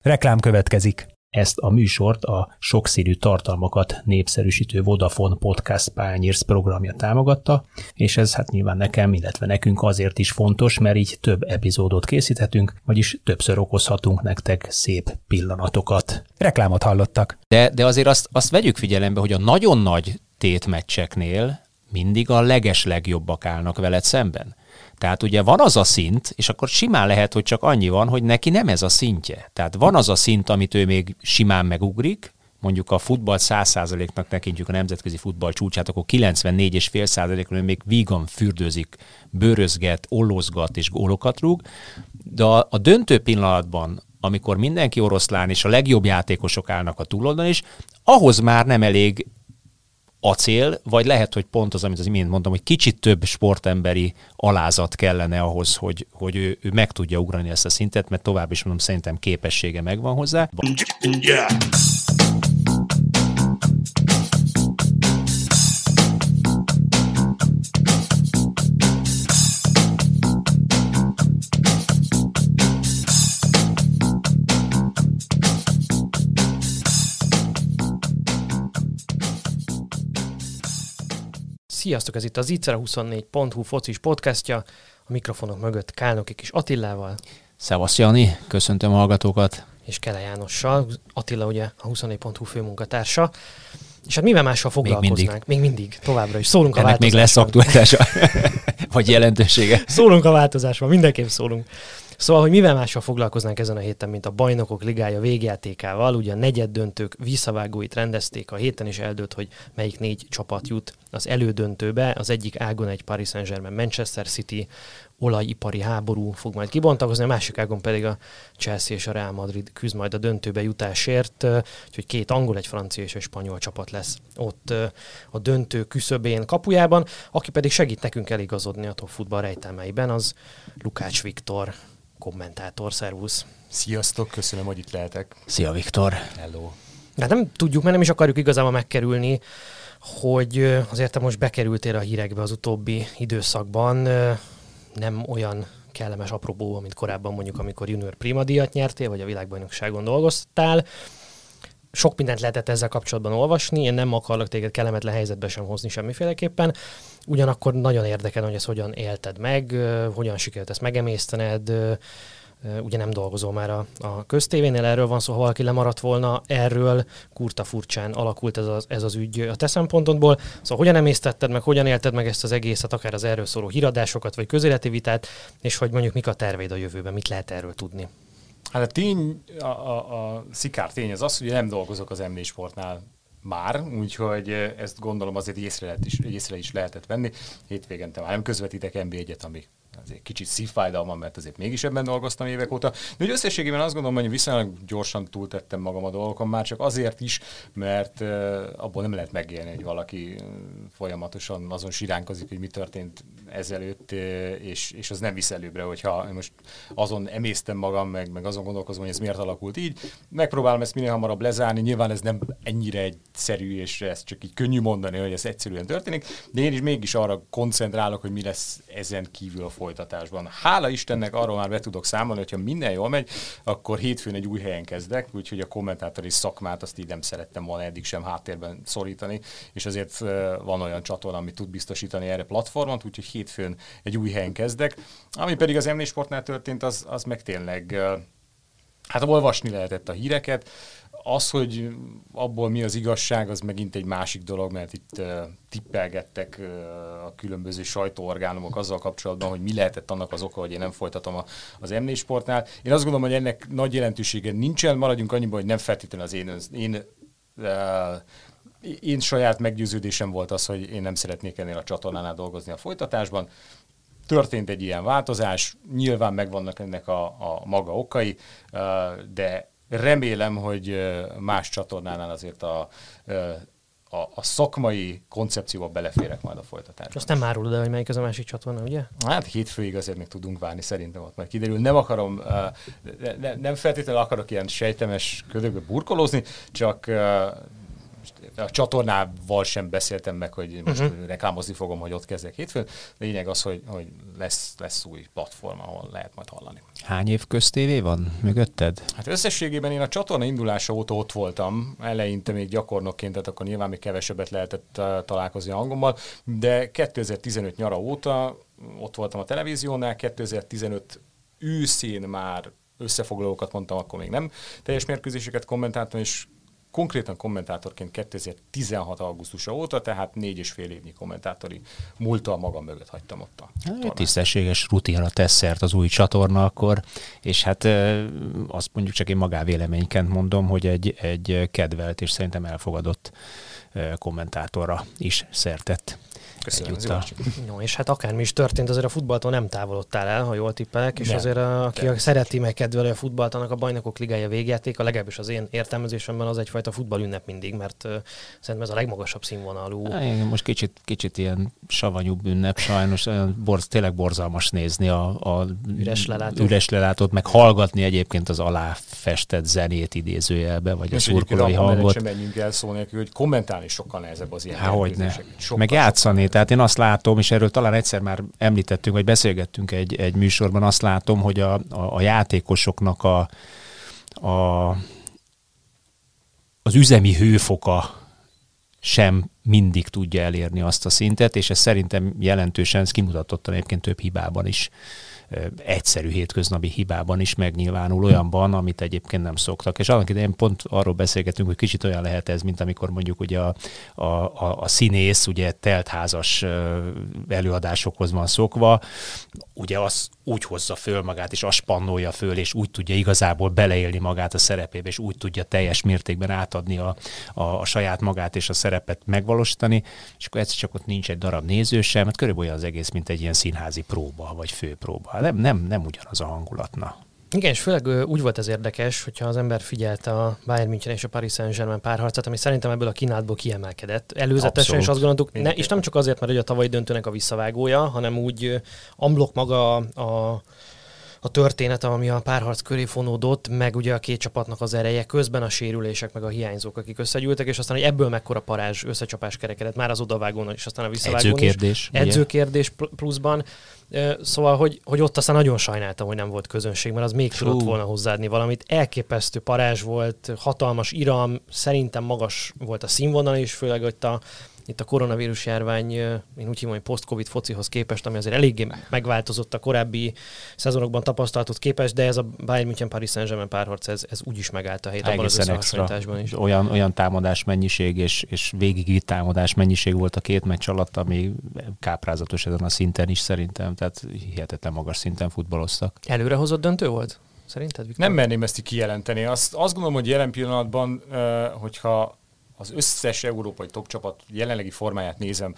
Reklám következik. Ezt a műsort a sokszínű tartalmakat népszerűsítő Vodafone Podcast Pioneers programja támogatta, és ez hát nyilván nekem, illetve nekünk azért is fontos, mert így több epizódot készíthetünk, vagyis többször okozhatunk nektek szép pillanatokat. Reklámot hallottak. De azért azt vegyük figyelembe, hogy a nagyon nagy tétmeccseknél mindig a legeslegjobbak állnak veled szemben. Tehát ugye van az a szint, és akkor simán lehet, hogy csak annyi van, hogy neki nem ez a szintje. Tehát van az a szint, amit ő még simán megugrik, mondjuk a futball 100%-nak tekintjük a nemzetközi futball csúcsát, akkor 94,5%-on ő még vígan fürdőzik, bőrözget, ollozgat és gólokat rúg, de a döntő pillanatban, amikor mindenki oroszlán és a legjobb játékosok állnak a túloldalon is, ahhoz már nem elég acél, vagy lehet, hogy pont az, amit az imént mondtam, hogy kicsit több sportemberi alázat kellene ahhoz, hogy ő meg tudja ugrani ezt a szintet, mert tovább is mondom, szerintem képessége megvan hozzá. Sziasztok, ez itt az Itzer24.hu focis podcastja, a mikrofonok mögött Kálnoki és Attilával. Szevasz Jani, köszöntöm a hallgatókat. És Kele Jánossal, Attila ugye a 24.hu főmunkatársa. És hát mivel mással foglalkoznánk? Még mindig, továbbra is. Szólunk ennek a változásban. Még lesz aktualitása, vagy jelentősége. Szólunk a változásban, mindenképp szólunk. Szóval, hogy mivel mással foglalkoznánk ezen a héten, mint a Bajnokok Ligája végjátékával, ugye a negyeddöntők visszavágóit rendezték a héten, és eldőlt, hogy melyik 4 csapat jut az elődöntőbe. Az egyik ágon egy Paris Saint-Germain Manchester City olajipari háború fog majd kibontakozni, a másik ágon pedig a Chelsea és a Real Madrid küzd majd a döntőbe jutásért, úgyhogy 2 angol, egy francia és egy spanyol csapat lesz ott a döntő küszöbén, kapujában, aki pedig segít nekünk eligazodni a Top Futball rejtelmeiben, az Lukács Viktor, kommentátor. Szervusz! Sziasztok, köszönöm, hogy itt lehetek. Szia Viktor! Hello! Hát nem tudjuk, mert nem is akarjuk igazából megkerülni, hogy azért te most bekerültél a hírekbe az utóbbi időszakban, nem olyan kellemes apropó, mint korábban mondjuk, amikor junior prima díjat nyertél, vagy a világbajnokságon dolgoztál. Sok mindent lehetett ezzel kapcsolatban olvasni, én nem akarlak téged kellemetlen helyzetbe sem hozni semmiféleképpen. Ugyanakkor nagyon érdekel, hogy ezt hogyan élted meg, hogyan sikerült ezt megemésztened. Ugye nem dolgozol már a köztévénél, erről van szó, ha valaki lemaradt volna erről, kurta furcsán alakult ez az ügy a te szempontodból. Szóval hogyan emésztetted meg, hogyan élted meg ezt az egészet, akár az erről szóló híradásokat, vagy közéleti vitát, és hogy mondjuk mik a terveid a jövőben, mit lehet erről tudni? Hát a tény, a szikár tény az, hogy nem dolgozok az M4 Sportnál már, úgyhogy ezt gondolom azért észre is lehetett venni. Hétvégente már nem közvetítek NB1-et, ami azért kicsit szívfájdalmam, mert azért mégis ebben dolgoztam évek óta. De hogy összességében azt gondolom, hogy viszonylag gyorsan túltettem magam a dolgokon, már csak azért is, mert abból nem lehet megélni, hogy valaki folyamatosan azon siránkozik, hogy mi történt ezelőtt, és az nem visz előbbre, hogyha most azon emésztem magam, meg azon gondolkozom, hogy ez miért alakult így. Megpróbálom ezt minél hamarabb lezárni, nyilván ez nem ennyire egyszerű, és ez csak így könnyű mondani, hogy ez egyszerűen történik, de én is mégis arra koncentrálok, hogy mi lesz ezen kívül a folytatásban. Hála Istennek arról már be tudok számolni, hogyha minden jól megy, akkor hétfőn egy új helyen kezdek, úgyhogy a kommentátori szakmát azt így nem szerettem volna eddig sem háttérben szorítani, és azért van olyan csatorna, ami tud biztosítani erre platformot, úgyhogy hétfőn egy új helyen kezdek. Ami pedig az M4 Sportnál történt, az meg tényleg, hát olvasni lehetett a híreket. Az, hogy abból mi az igazság, az megint egy másik dolog, mert itt tippelgettek a különböző sajtóorgánumok azzal kapcsolatban, hogy mi lehetett annak az oka, hogy én nem folytatom az M4 Sportnál. Én azt gondolom, hogy ennek nagy jelentősége nincsen, maradjunk annyiban, hogy nem feltétlenül az én saját meggyőződésem volt az, hogy én nem szeretnék ennél a csatornánál dolgozni a folytatásban. Történt egy ilyen változás, nyilván megvannak ennek a maga okai, de remélem, hogy más csatornánál azért a szakmai koncepcióba beleférek majd a folytatásban. Azt nem árulod el, hogy melyik az a másik csatorna, ugye? Hát hétfőig azért még tudunk várni, szerintem ott majd kiderül. Nem akarom, nem feltétlenül akarok ilyen sejtemes ködökbe burkolózni, csak A csatornával sem beszéltem meg, hogy most reklámozni fogom, hogy ott kezdek hétfőn. Lényeg az, hogy lesz új platform, ahol lehet majd hallani. Hány év köztévé van mögötted? Hát összességében én a csatorna indulása óta ott voltam, eleinte még gyakornokként, tehát akkor nyilván még kevesebbet lehetett találkozni a hangommal, de 2015 nyara óta ott voltam a televíziónál, 2015 őszén már összefoglalókat mondtam, akkor még nem teljes mérkőzéseket kommentáltam, és konkrétan kommentátorként 2016. augusztusa óta, tehát 4,5 évnyi kommentátori múlttal magam mögött hagytam ott a tornát. Tisztességes rutinra tesz szert az új csatorna akkor, és hát azt mondjuk csak én magávéleményként mondom, hogy egy kedvelt és szerintem elfogadott kommentátorra is szertett. Köszönöm. No, és hát akármi is történt, azért a futballtól nem távolodtál el, ha jól tippelek, és nem, azért aki szereti, meg kedveli a futballt, annak a Bajnokok Ligája végjátéka, legalábbis az én értelmezésemben az egyfajta futballünnep mindig, mert szerintem ez a legmagasabb színvonalú. Most kicsit ilyen savanyúbb ünnep, sajnos tényleg borzalmas nézni a üres lelátót, meg hallgatni egyébként az aláfestett zenét idézőjelbe, vagy a szurkolói hangot. Sem menjünk el szó nélkül, hogy kommentálni sokkal nehezebb az ilyen mérkőzéseket. Meg játszani. Tehát én azt látom, és erről talán egyszer már említettünk, vagy beszélgettünk egy műsorban, azt látom, hogy a játékosoknak az üzemi hőfoka sem mindig tudja elérni azt a szintet, és ez szerintem jelentősen, ez kimutatottan egyébként több hibában is, egyszerű hétköznapi hibában is megnyilvánul olyanban, amit egyébként nem szoktak. És annak idején pont arról beszélgetünk, hogy kicsit olyan lehet ez, mint amikor mondjuk ugye a színész ugye teltházas előadásokhoz van szokva, ugye az úgy hozza föl magát, és azt spannolja föl, és úgy tudja igazából beleélni magát a szerepébe, és úgy tudja teljes mértékben átadni a saját magát és a szerepet megvalósítani, és akkor egyszer csak ott nincs egy darab néző sem, mert körülbelül olyan az egész, mint egy ilyen színházi próba, vagy főpróba. Nem ugyanaz a hangulatna. Igen, és főleg úgy volt ez érdekes, hogyha az ember figyelte a Bayern München és a Paris Saint-Germain párharcát, ami szerintem ebből a kínálatból kiemelkedett. Előzetesen is azt gondoltuk, és nem csak azért, mert a tavalyi döntőnek a visszavágója, hanem úgy amblok maga a történet, ami a párharc köré fonódott, meg ugye a két csapatnak az ereje, közben a sérülések, meg a hiányzók, akik összegyűltek, és aztán, hogy ebből mekkora parázs, összecsapás kerekedett már az odavágón, és aztán a visszavágón is. Edzőkérdés pluszban. Szóval, hogy ott aztán nagyon sajnáltam, hogy nem volt közönség, mert az még tudott volna hozzáadni valamit. Elképesztő parázs volt, hatalmas iram, szerintem magas volt a színvonal is, főleg, hogy itt a koronavírus járvány, én úgy hívom, hogy post-covid focihoz képest, ami azért eléggé megváltozott a korábbi szezonokban tapasztalatot képest, de ez a Bayern München Paris Saint-Germain párharc, ez úgy is megállt a helyét abban az összehasonlításban is. Olyan támadás mennyiség és végigvitt támadás mennyiség volt a két meccs alatt, ami káprázatos ezen a szinten is szerintem, tehát hihetetlen magas szinten futballoztak. Előrehozott döntő volt? Szerinted, Viktor? Nem merném ezt kijelenteni. Azt gondolom, hogy jelen pillanatban, hogyha az összes európai topcsapat jelenlegi formáját nézem,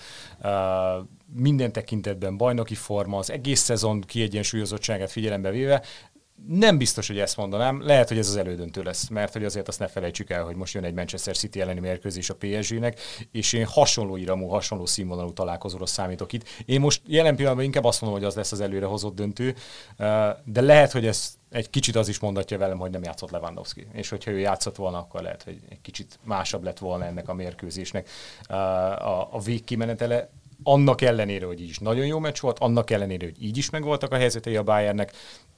minden tekintetben bajnoki forma, az egész szezon kiegyensúlyozottságát figyelembe véve, nem biztos, hogy ezt mondanám. Lehet, hogy ez az elődöntő lesz, mert hogy azért azt ne felejtsük el, hogy most jön egy Manchester City elleni mérkőzés a PSG-nek, és én hasonló iramú, hasonló színvonalú találkozóra számítok itt. Én most jelen pillanatban inkább azt mondom, hogy az lesz az előrehozott döntő, de lehet, hogy ez egy kicsit az is mondatja velem, hogy nem játszott Lewandowski. És hogyha ő játszott volna, akkor lehet, hogy egy kicsit másabb lett volna ennek a mérkőzésnek a végkimenetele. Annak ellenére, hogy így is nagyon jó meccs volt, annak ellenére, hogy így is megvoltak a helyzetei a Bayernnek,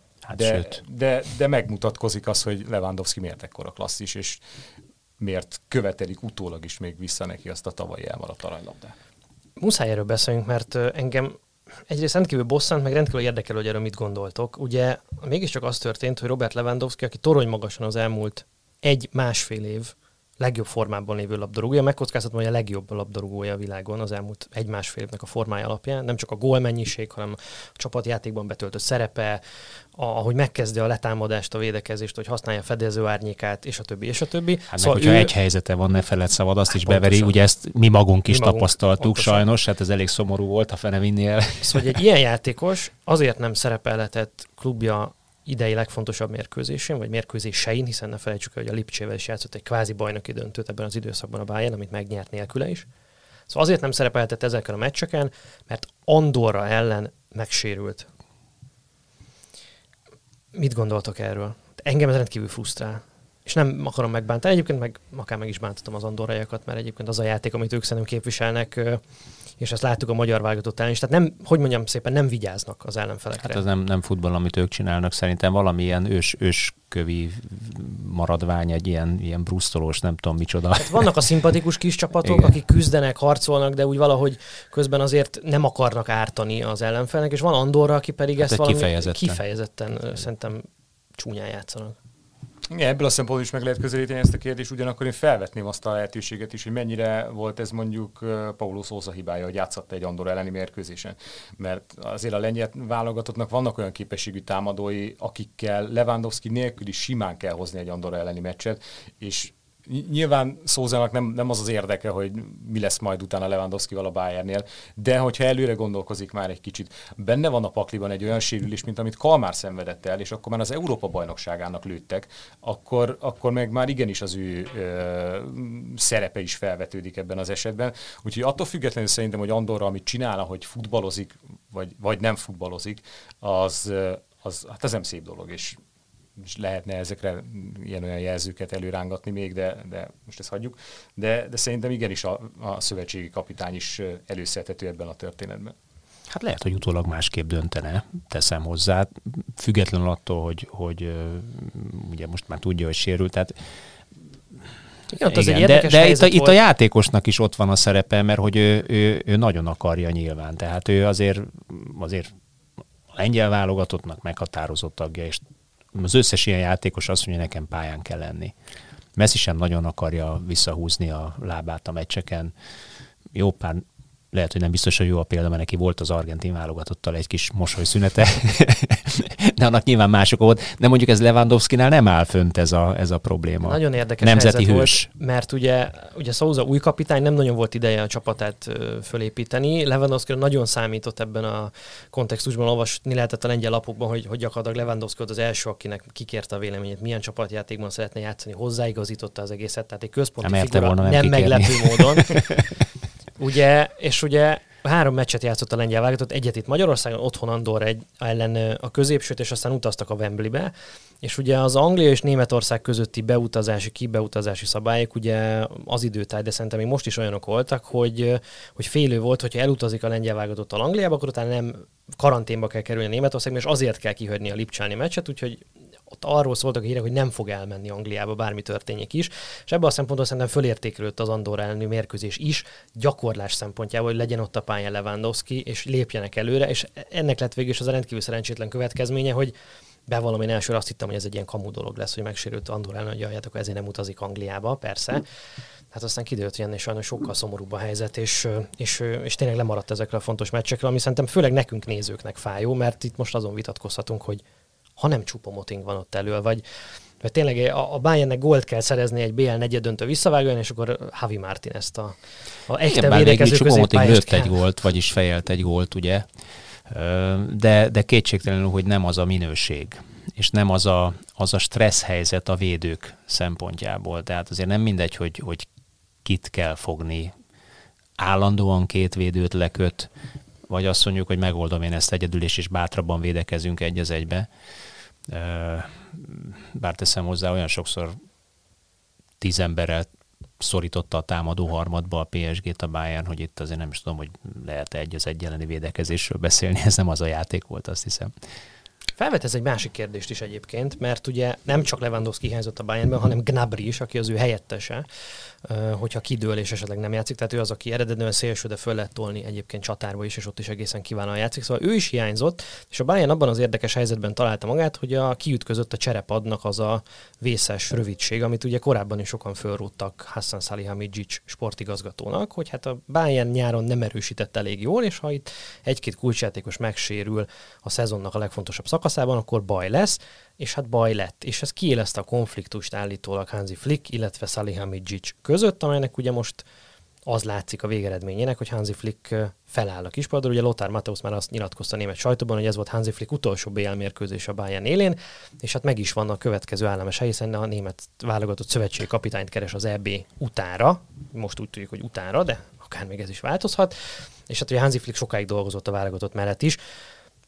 de megmutatkozik az, hogy Lewandowski miért ekkora klasszis, és miért követelik utólag is még vissza neki azt a tavalyi elmaradt aranylabdát. Muszáj erről beszéljünk, mert engem egyrészt rendkívül bosszant, meg rendkívül érdekel, hogy erről mit gondoltok. Ugye mégiscsak az történt, hogy Robert Lewandowski, aki torony magasan az elmúlt 1-1,5 év legjobb formában lévő labdarúgója, megkockáztatom, hogy a legjobb labdarúgója a világon az elmúlt 1-1,5 évnek a formája alapján. Nem csak a gólmennyiség, hanem a csapatjátékban betöltött szerepe, ahogy megkezdi a letámadást, a védekezést, hogy használja a fedező árnyékát, és a többi, és a többi. Hát szóval hogyha egy helyzete van, ne feled szabad, azt is beveri, pontosan. Ugye ezt mi magunk is tapasztaltuk pontosan. Sajnos, hát ez elég szomorú volt, ha fene vinnél. Szóval egy ilyen játékos azért nem szerepelhetett klubja idei legfontosabb mérkőzésén, vagy mérkőzésein, hiszen ne felejtsük el, hogy a Lipcsével is játszott egy kvázi bajnoki döntőt ebben az időszakban a Bayern, amit megnyert nélküle is. Szóval azért nem szerepelhetett ezeken a meccseken, mert Andorra ellen megsérült. Mit gondoltok erről? Engem ez rendkívül frusztrál. és nem akarom megbántani, egyébként akár meg is bántottam az andorraiakat, mert egyébként az a játék, amit ők szerintem képviselnek, és ezt láttuk a magyar válogatott ellen is. Tehát nem, hogy mondjam szépen, nem vigyáznak az ellenfelekre. Hát ez nem futball, amit ők csinálnak, szerintem valamilyen őskövi maradvány, egy ilyen brusztolós, nem tudom micsoda. Hát vannak a szimpatikus kis csapatok, igen, akik küzdenek, harcolnak, de úgy valahogy közben azért nem akarnak ártani az ellenfelnek, és van Andorra, aki pedig hát ezt valami kifejezetten szerintem csúnyán játszanak. Igen, ebből a szempontból is meg lehet közelíteni ezt a kérdést, ugyanakkor én felvetném azt a lehetőséget is, hogy mennyire volt ez mondjuk Paulo Sousa hibája, hogy játszatta egy Andorra elleni mérkőzésen. Mert azért a lengyel válogatottnak vannak olyan képességű támadói, akikkel Lewandowski nélkül is simán kell hozni egy Andorra elleni meccset, és nyilván Sousának nem az az érdeke, hogy mi lesz majd utána Lewandowskival a Bayernnél, de hogyha előre gondolkozik már egy kicsit, benne van a pakliban egy olyan sérülés, mint amit Kalmár szenvedett el, és akkor már az Európa-bajnokságának lőttek, akkor meg már igenis az ő szerepe is felvetődik ebben az esetben. Úgyhogy attól függetlenül szerintem, hogy Andorra, amit csinál, hogy futballozik, vagy nem futballozik, az nem szép dolog, és lehetne ezekre ilyen-olyan jelzőket előrángatni még, de most ezt hagyjuk. De szerintem igenis a szövetségi kapitány is előszerethető ebben a történetben. Hát lehet, hogy utólag másképp döntene, teszem hozzá, függetlenül attól, hogy ugye most már tudja, hogy sérült. Tehát igen, de itt a játékosnak is ott van a szerepe, mert hogy ő nagyon akarja nyilván. Tehát ő azért a lengyel válogatottnak meghatározott tagja, és az összes ilyen játékos azt mondja, hogy nekem pályán kell lenni. Messi sem nagyon akarja visszahúzni a lábát a meccseken. Jó pár, lehet, hogy nem biztos, hogy jó a példa, mert neki volt az argentin válogatottal egy kis mosolyszünete, de annak nyilván mások volt. De mondjuk ez Lewandowskinál nem áll fönt ez a probléma. Nagyon érdekes nemzeti hős volt, mert ugye Sousa új kapitány, nem nagyon volt ideje a csapatát fölépíteni. Lewandowski nagyon számított ebben a kontextusban, olvasni lehetett a lengyel lapokban, hogy gyakorlatilag Lewandowski volt az első, akinek kikérte a véleményét, milyen csapatjátékban szeretne játszani, hozzáigazította az egészet, tehát egy központi figura nem meglepő módon. Ugye 3 meccset játszott a lengyel válogatott, egyet itt Magyarországon, otthon Andorra ellen a középsőt, és aztán utaztak a Wembleybe, és ugye az Anglia és Németország közötti kibeutazási szabályok, ugye az időtáj, de szerintem még most is olyanok voltak, hogy félő volt, hogyha elutazik a lengyel válogatottal Angliába, akkor utána nem karanténba kell kerülni a Németországba, és azért kell kihagyni a lipcsáni meccset, úgyhogy ott arról szóltak a hírek, hogy nem fog elmenni Angliába, bármi történjék is, és ebből a szempontból szerintem fölértékelődött az Andorra elleni mérkőzés is, gyakorlás szempontjából, hogy legyen ott a pályán Lewandowski, és lépjenek előre, és ennek lett végül is az a rendkívül szerencsétlen következménye, hogy bevallom, én elsőre azt hittem, hogy ez egy ilyen kamu dolog lesz, hogy megsérült Andorra ellen, hogy akkor ezért nem utazik Angliába, persze. Hát aztán kiderült, hogy ennél sajnos sokkal szomorúbb a helyzet, és tényleg lemaradt ezekre a fontos meccsekre, ami szerintem főleg nekünk nézőknek fájó, mert itt most azon vitatkozhatunk, hogy ha nem Choupo-Moting van ott elő, vagy tényleg a Bayernnek gólt kell szerezni egy BL negyeddöntő visszavágóan, és akkor Javi Martin ezt a echte védekező középpályást lőtt egy gólt, vagyis fejelt egy gólt, ugye, de kétségtelenül, hogy nem az a minőség, és nem az a stressz helyzet a védők szempontjából. Tehát azért nem mindegy, hogy kit kell fogni. Állandóan 2 védőt leköt, vagy azt mondjuk, hogy megoldom én ezt egyedül, és bátrabban védekezünk 1-1-be. Bár teszem hozzá, olyan sokszor 10 emberrel szorította a támadó harmadba a PSG-t a Bayern, hogy itt azért nem is tudom, hogy lehet-e 1-1 elleni védekezésről beszélni, ez nem az a játék volt, azt hiszem. Felvet ez egy másik kérdést is egyébként, mert ugye nem csak Lewandowski hiányzott a Bayernben, hanem Gnabry is, aki az ő helyettese, hogyha kidől és esetleg nem játszik. Tehát ő az, aki eredetileg szélső, de föl lehet tolni egyébként csatárba is, és ott is egészen kiválóan játszik. Szóval ő is hiányzott, és a Bayern abban az érdekes helyzetben találta magát, hogy a kiütközött a cserepadnak az a vészes rövidség, amit ugye korábban is sokan fölrúgtak Hassan Salihamidzic sportigazgatónak, hogy hát a Bayern nyáron nem erősített elég jól, és ha itt 1-2 kulcsjátékos megsérül a szezonnak a legfontosabb szakaszában, akkor baj lesz, és hát baj lett. És ez kiélezte a konfliktust állítólag Hansi Flick, illetve Salihamidzic között, amelynek ugye most az látszik a végeredményének, hogy Hansi Flick feláll a kispadról. Ugye Lothar Matthäus már azt nyilatkozta a német sajtóban, hogy ez volt Hansi Flick utolsó BL mérkőzés a Bayern élén, és hát meg is van a következő államesa, hiszen a német válogatott szövetségi kapitányt keres az EB utánra, most úgy tudjuk, hogy utánra, de akár még ez is változhat, és hát ugye Hansi Flick sokáig dolgozott a válogatott mellett is.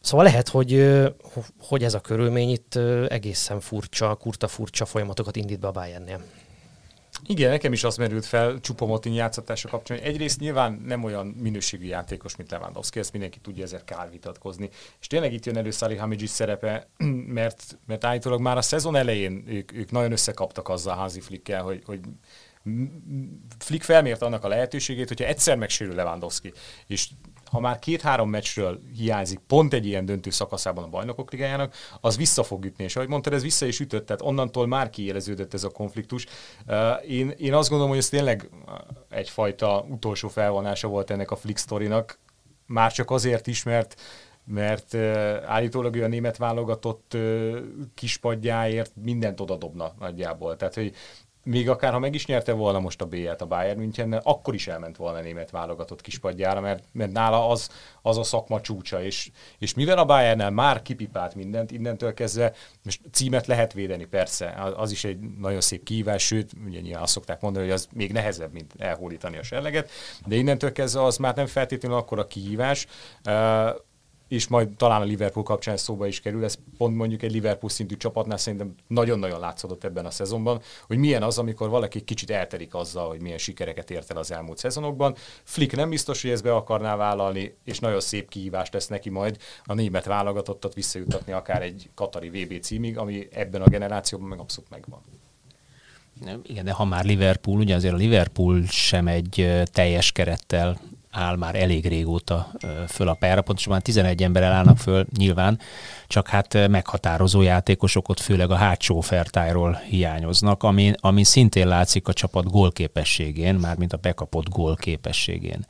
Szóval lehet, hogy ez a körülmény itt egészen kurta furcsa folyamatokat indít be a Bayernnél. Igen, nekem is az merült fel Choupo-Moting játszatása kapcsán, hogy egyrészt nyilván nem olyan minőségű játékos, mint Lewandowski, ezt mindenki tudja, ezért kár vitatkozni. És tényleg itt jön elő Salihamidzic szerepe, mert állítólag már a szezon elején ők nagyon összekaptak azzal Hansi Flickkel, hogy Flick felmérte annak a lehetőségét, hogyha egyszer megsérül Lewandowski, és ha már 2-3 meccsről hiányzik pont egy ilyen döntő szakaszában a Bajnokok Ligájának, az vissza fog ütni. És ahogy mondtad, ez vissza is ütött, tehát onnantól már kiéleződött ez a konfliktus. Én azt gondolom, hogy ez tényleg egyfajta utolsó felvonása volt ennek a Flick sztorinak, már csak azért is, mert állítólag ő a német válogatott kispadjáért mindent odadobna nagyjából. Tehát, hogy még akár ha meg is nyerte volna most a B-et a Bayern Münchennel, akkor is elment volna a német válogatott kispadjára, mert nála az a szakma csúcsa, és mivel a Bayernnel már kipipált mindent, innentől kezdve most címet lehet védeni, persze, az is egy nagyon szép kihívás, sőt, ugye nyilván azt szokták mondani, hogy az még nehezebb, mint elhódítani a serleget, de innentől kezdve az már nem feltétlenül akkora kihívás, és majd talán a Liverpool kapcsán szóba is kerül, ez pont mondjuk egy Liverpool szintű csapatnál szerintem nagyon-nagyon látszódott ebben a szezonban, hogy milyen az, amikor valaki kicsit elterik azzal, hogy milyen sikereket ért el az elmúlt szezonokban. Flick nem biztos, hogy ezt be akarná vállalni, és nagyon szép kihívást lesz neki majd a német válogatottat visszajutatni akár egy katari VB címig, ami ebben a generációban meg abszolút megvan. Igen, de ha már Liverpool, ugye azért a Liverpool sem egy teljes kerettel áll már elég régóta föl a pályára, pontosabban 11 emberrel állnak föl nyilván, csak hát meghatározó játékosok ott főleg a hátsó ofertájról hiányoznak, ami szintén látszik a csapat gólképességén, mármint a bekapott gólképességén.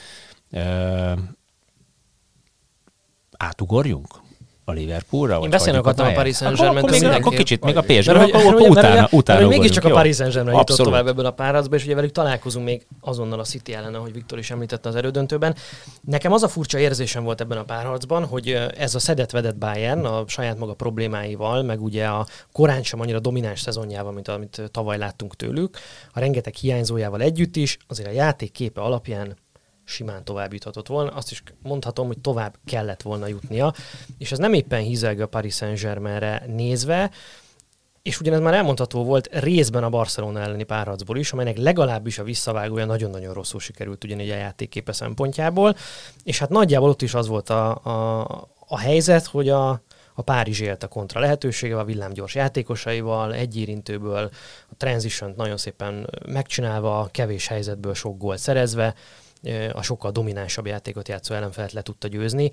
Átugorjunk a Liverpoolra? Én beszélni akartam a Paris Saint-Germain-től. Akkor kicsit még a PSG-ről, akkor utána mégiscsak a Paris Saint-Germain jutott tovább ebből a párharcba, és ugye velük találkozunk még azonnal a City ellen, ahogy Viktor is említette az erődöntőben. Nekem az a furcsa érzésem volt ebben a párharcban, hogy ez a szedett-vedett Bayern a saját maga problémáival, meg ugye a korán sem annyira domináns szezonjával, mint amit tavaly láttunk tőlük, a rengeteg hiányzójával együtt is, azért a játék képe alapján simán tovább juthatott volna. Azt is mondhatom, hogy tovább kellett volna jutnia, és ez nem éppen hízelgő a Paris Saint-Germainre nézve, és ugyanez már elmondható volt részben a Barcelona elleni párharcból is, amelynek legalábbis a visszavágója nagyon-nagyon rosszul sikerült ugyanígy a játékképe szempontjából, és hát nagyjából ott is az volt a helyzet, hogy a Párizs élt a kontra lehetőségevel, a villámgyors játékosaival, egyérintőből a transition-t nagyon szépen megcsinálva, kevés helyzetből sok gólt szerezve, a sokkal dominánsabb játékot játszó ellenfelet le tudta győzni,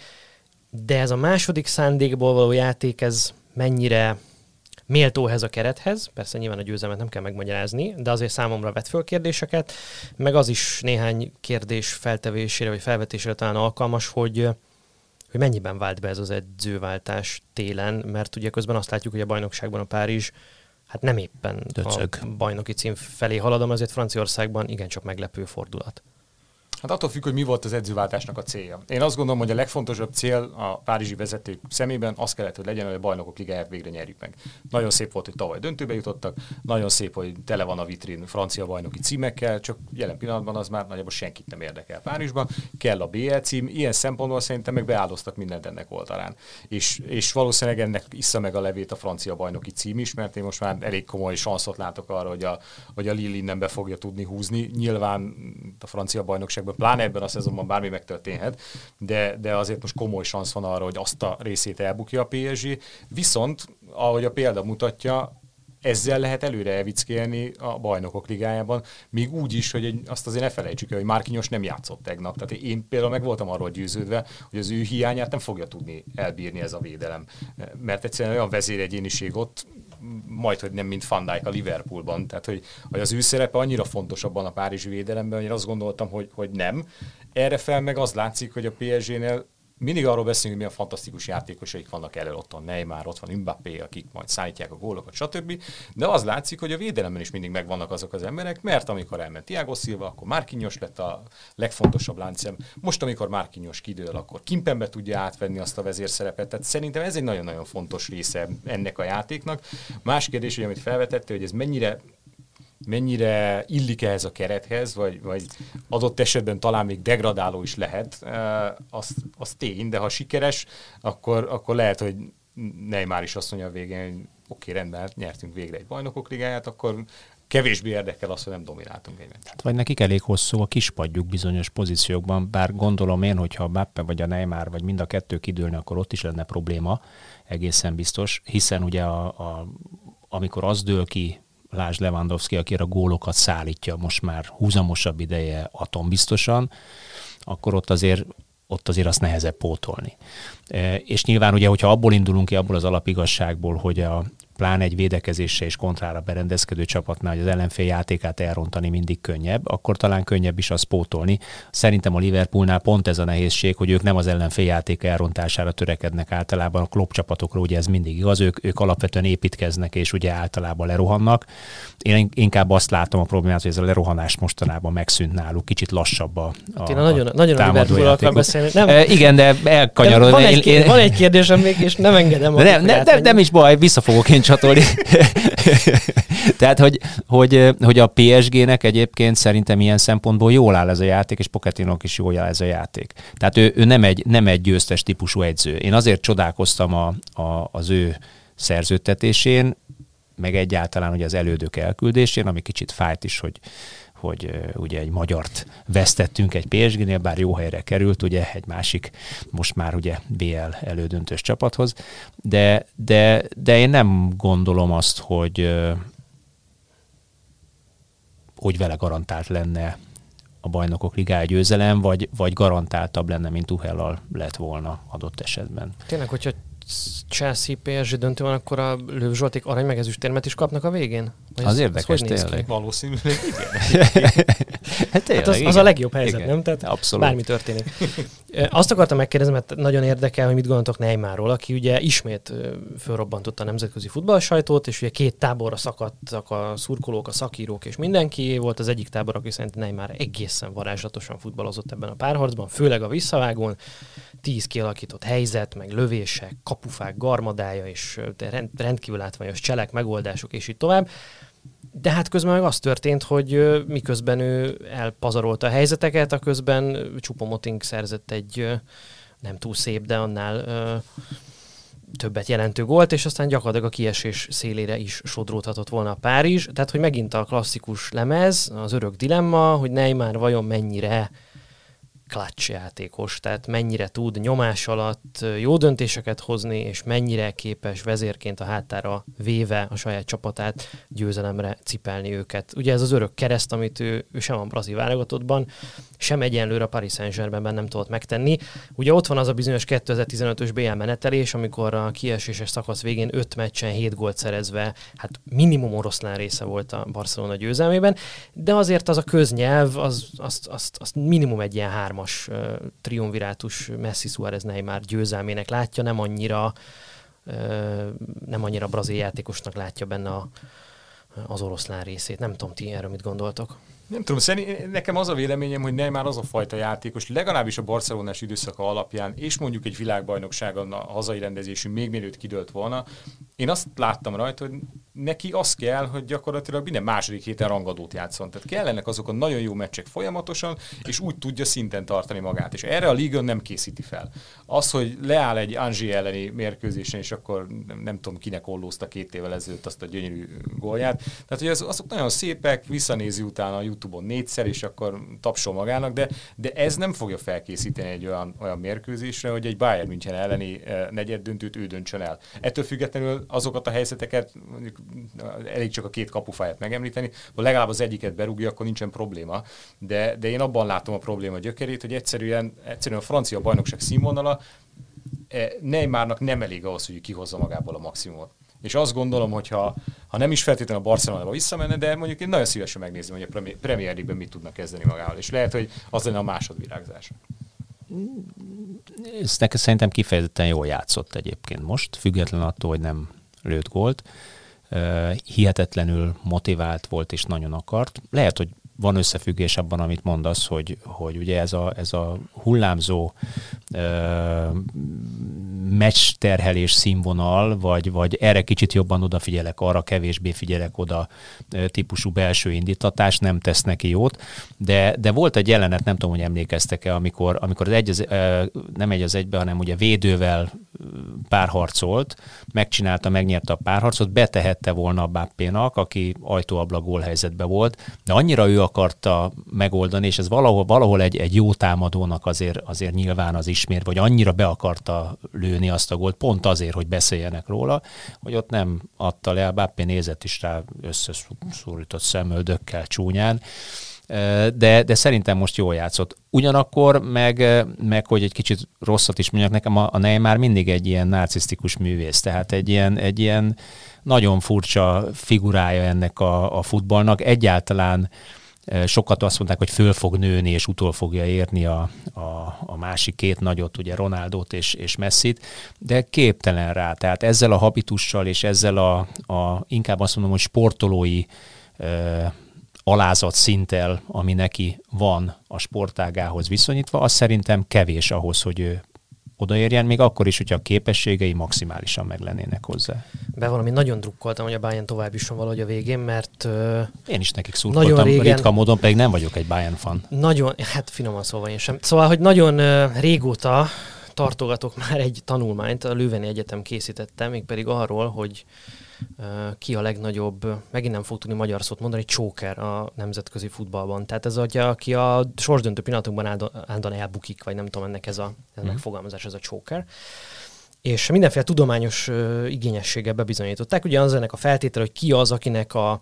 de ez a második szándékból való játék, ez mennyire méltó ehhez a kerethez, persze nyilván a győzelmet nem kell megmagyarázni, de azért számomra vet föl kérdéseket, meg az is néhány kérdés feltevésére vagy felvetésére talán alkalmas, hogy mennyiben vált be ez az edzőváltás télen, mert ugye közben azt látjuk, hogy a bajnokságban a Párizs hát nem éppen a bajnoki cím felé haladom, azért Franciaországban igencsak meglepő fordulat. Hát attól függ, hogy mi volt az edzőváltásnak a célja. Én azt gondolom, hogy a legfontosabb cél a párizsi vezetők szemében az kellett, hogy legyen, hogy a Bajnokok Ligáját végre nyerjük meg. Nagyon szép volt, hogy tavaly döntőbe jutottak, nagyon szép, hogy tele van a vitrin francia bajnoki címekkel, csak jelen pillanatban az már nagyjából senkit nem érdekel Párizsban. Kell a BL cím, ilyen szempontból szerintem meg beáldoztak mindent ennek oldalán. És valószínűleg ennek issza meg a levét a francia bajnoki cím is, mert én most már elég komoly sanszot látok arra, hogy a Lille innen be fogja tudni húzni. Nyilván a francia bajnokságban pláne ebben a szezonban bármi megtörténhet, de azért most komoly szansz van arra, hogy azt a részét elbukja a PSG. Viszont, ahogy a példa mutatja, ezzel lehet előre elvickélni a Bajnokok Ligájában, még úgy is, hogy azt azért ne felejtsük el, hogy Marquinhos nem játszott tegnap. Tehát én például meg voltam arról győződve, hogy az ő hiányát nem fogja tudni elbírni ez a védelem. Mert egyszerűen olyan vezéregyéniség ott, majdhogy nem, mint Van Dijk a Liverpoolban. Tehát, hogy az ő szerepe annyira fontos abban a párizsi védelemben, hogy én azt gondoltam, hogy nem. Erre fel meg az látszik, hogy a PSG-nél mindig arról beszélünk, hogy milyen fantasztikus játékosaik vannak elő, ott van Neymar, ott van Mbappé, akik majd szállítják a gólokat, stb. De az látszik, hogy a védelemben is mindig megvannak azok az emberek, mert amikor elment Thiago Silva, akkor Marquinhos lett a legfontosabb láncszem. Most, amikor Marquinhos kidől, akkor Kimpembe tudja átvenni azt a vezérszerepet. Tehát szerintem ez egy nagyon-nagyon fontos része ennek a játéknak. Más kérdés, hogy amit felvetette, hogy ez mennyire mennyire illik ehhez a kerethez, vagy adott esetben talán még degradáló is lehet, az tény, de ha sikeres, akkor lehet, hogy Neymar is azt mondja a végén, hogy oké, rendben, nyertünk végre egy bajnokok ligáját, akkor kevésbé érdekel az, hogy nem domináltunk egy meccset. Hát vagy nekik elég hosszú a kispadjuk bizonyos pozíciókban, bár gondolom én, hogyha a Mbappé vagy a Neymar, vagy mind a kettő kidőlne, akkor ott is lenne probléma, egészen biztos, hiszen ugye amikor az dől ki, lásd Lewandowski, aki a gólokat szállítja most már húzamosabb ideje atombiztosan, akkor ott azért azt nehezebb pótolni. És nyilván ugye, hogyha abból indulunk ki, abból az alapigazságból, hogy pláne egy védekezésre és kontrára berendezkedő csapatnál, hogy az ellenfél játékát elrontani mindig könnyebb, akkor talán könnyebb is azt pótolni. Szerintem a Liverpoolnál pont ez a nehézség, hogy ők nem az ellenfél játék elrontására törekednek általában, a Klopp csapatokra ugye ez mindig igaz, ők alapvetően építkeznek és ugye általában lerohannak. Én inkább azt látom a problémát, hogy ez a lerohanás mostanában megszűnt náluk, kicsit lassabb a nagyon a Liverpoolról akar beszélni. Nem. Igen, de elkanyarod. Van egy kérdésem még, és nem engedem. Nem is baj, vissza fogok én csatolni. Tehát, hogy a PSG-nek egyébként szerintem ilyen szempontból jól áll ez a játék, és Pochettinónak is jól áll ez a játék. Tehát ő nem egy győztes típusú edző. Én azért csodálkoztam az ő szerződtetésén, meg egyáltalán ugye az elődök elküldésén, ami kicsit fájt is, hogy ugye egy magyart vesztettünk egy PSG-nél, bár jó helyre került, ugye egy másik, most már ugye BL elődöntős csapathoz, de én nem gondolom azt, hogy vele garantált lenne a Bajnokok Ligája győzelem, vagy garantáltabb lenne, mint Tuchellal lett volna adott esetben. Tényleg, hogyha Chelsea PSG döntő van, akkor a Löw Zsolték arany meg ezüstérmet is kapnak a végén? Az érdekes, tényleg. Valószínűleg igen. Hát az a legjobb helyzet, igen. nem? Tehát abszolút. Bármi történik. Azt akartam megkérdezni, mert nagyon érdekel, hogy mit gondoltok Neymarról, aki ugye ismét fölrobbantotta a nemzetközi futballsajtót, és ugye két táborra szakadtak a szurkolók, a szakírók és mindenki. Volt az egyik tábor, aki szerint Neymar egészen varázslatosan futballozott ebben a párharcban, főleg a visszavágón. 10 kialakított helyzet, meg lövések, kapufák, garmadája és rendkívül látványos cselek, megoldások, és így tovább. De hát közben meg az történt, hogy miközben ő elpazarolta a helyzeteket, a közben Choupo-Moting szerzett egy nem túl szép, de annál többet jelentő gólt, és aztán gyakorlatilag a kiesés szélére is sodródhatott volna a Párizs. Tehát, hogy megint a klasszikus lemez, az örök dilemma, hogy Neymar vajon mennyire clutch játékos, tehát mennyire tud nyomás alatt jó döntéseket hozni, és mennyire képes vezérként a hátára véve a saját csapatát győzelemre cipelni őket. Ugye ez az örök kereszt, amit ő sem a brazil válogatottban, sem egyenlőre a Paris Saint-Germainben nem tudott megtenni. Ugye ott van az a bizonyos 2015-ös BL menetelés, amikor a kieséses szakasz végén 5 meccsen 7 gólt szerezve, hát minimum oroszlán része volt a Barcelona győzelmében, de azért az a köznyelv, az minimum egy ilyen 3-as triumvirátus Messi, Suárez, Neymar győzelmének látja, nem annyira brazil játékosnak látja benne az oroszlán részét. Nem tudom, ti erről mit gondoltok? Nem tudom, nekem az a véleményem, hogy Neymar az a fajta játékos, legalábbis a barcelonás időszaka alapján, és mondjuk egy világbajnokságon a hazai rendezésű még mielőtt kidőlt volna, én azt láttam rajta, hogy neki az kell, hogy gyakorlatilag minden második héten rangadót játszon. Tehát kellenek azok a nagyon jó meccsek folyamatosan, és úgy tudja szinten tartani magát. És erre a Liga nem készíti fel. Az, hogy leáll egy Angers elleni mérkőzésen, és akkor nem tudom, kinek ollózta 2 évvel ezelőtt azt a gyönyörű gólját. Tehát, hogy azok nagyon szépek, visszanézi utána a YouTube-on 4-szer, és akkor tapsol magának, de ez nem fogja felkészíteni egy olyan mérkőzésre, hogy egy Bayern München elleni negyeddöntőt ő döntsön el. Ettől függetlenül azokat a helyzeteket, mondjuk elég csak a 2 kapufáját megemlíteni, vagy legalább az egyiket berúgja, akkor nincsen probléma. De én abban látom a probléma gyökerét, hogy egyszerűen a francia bajnokság színvonala Neymarnak nem elég ahhoz, hogy kihozza magából a maximumot. És azt gondolom, hogy ha nem is feltétlenül a Barcelonába visszamenne, de mondjuk én nagyon szívesen megnézem, hogy a Premier League-ben mit tudnak kezdeni magával. És lehet, hogy az lenne a másodvirágzás. Ez nekem szerintem kifejezetten jól játszott egyébként most, független attól, hogy nem lőtt gólt. Hihetetlenül motivált volt és nagyon akart. Lehet, hogy van összefüggés abban, amit mondasz, hogy ugye ez a hullámzó meccs terhelés színvonal, vagy erre kicsit jobban odafigyelek, arra kevésbé figyelek oda típusú belső indítatás nem tesz neki jót, de volt egy jelenet, nem tudom, hogy emlékeztek-e, amikor az nem egy az egybe, hanem ugye védővel párharcolt, megnyerte a párharcot, betehette volna a Mbappénak, aki ajtóablak gólhelyzetben volt, de annyira ő akarta megoldani, és ez valahol egy jó támadónak azért nyilván az ismér, vagy annyira be akarta lőni azt a gólt, pont azért, hogy beszéljenek róla, hogy ott nem adta le, a Mbappé nézett is rá összeszúrított szemöldökkel csúnyán, de szerintem most jól játszott. Ugyanakkor meg hogy egy kicsit rosszat is mondjak, nekem a Neymar mindig egy ilyen narcisztikus művész, tehát egy ilyen nagyon furcsa figurája ennek a futballnak. Egyáltalán sokat azt mondták, hogy föl fog nőni, és utol fogja érni a másik két nagyot, ugye Ronaldót és Messit, de képtelen rá. Tehát ezzel a habitussal, és ezzel inkább azt mondom, hogy sportolói alázat szinttel, ami neki van a sportágához viszonyítva, az szerintem kevés ahhoz, hogy ő odaérjen, még akkor is, hogyha a képességei maximálisan meg lennének hozzá. Valami nagyon drukkoltam, hogy a Bayern tovább jusson valahogy a végén, mert én is nekik szurkoltam, ritka módon, pedig nem vagyok egy Bayern fan. Nagyon, hát finoman szólva én sem. Szóval, hogy nagyon régóta tartogatok már egy tanulmányt, a Lőveni Egyetem készítette, mégpedig arról, hogy ki a legnagyobb, megint nem fog tudni magyar szót mondani, csóker a nemzetközi futballban. Tehát ez, aki a sorsdöntő pillanatokban állandóan elbukik, vagy nem tudom, ennek ez megfogalmazás, ez a csóker. És mindenféle tudományos igényességgel bebizonyították. Ugye az ennek a feltétele, hogy ki az, akinek a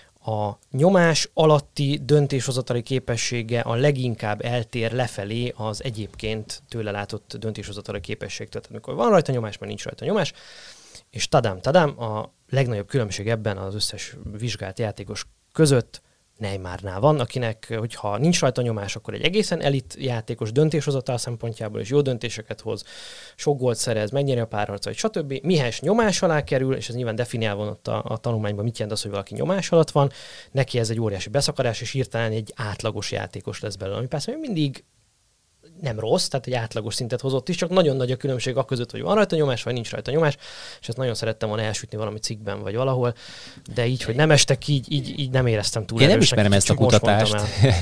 nyomás alatti döntéshozatali képessége a leginkább eltér lefelé az egyébként tőle látott döntéshozatali képességtől. Tehát amikor van rajta nyomás, mert nincs rajta nyomás, és tadám, a legnagyobb különbség ebben az összes vizsgált játékos között Neymarnál van, akinek, hogyha nincs rajta nyomás, akkor egy egészen elit játékos döntéshozatal szempontjából, és jó döntéseket hoz, sok gólt szerez, megnyeri a párharcait, stb. Mihez nyomás alá kerül, és ez nyilván definiálva ott a tanulmányban, mit jelent az, hogy valaki nyomás alatt van, neki ez egy óriási beszakadás, és hirtelen egy átlagos játékos lesz belőle, ami persze mindig nem rossz, tehát egy átlagos szintet hozott is, csak nagyon nagy a különbség a között, hogy van rajta nyomás, vagy nincs rajta nyomás, és ezt nagyon szerettem volna elsütni valami cikkben, vagy valahol, de így, hogy nem estek így nem éreztem túl erősnek. Én nem ismerem ezt a kutatást,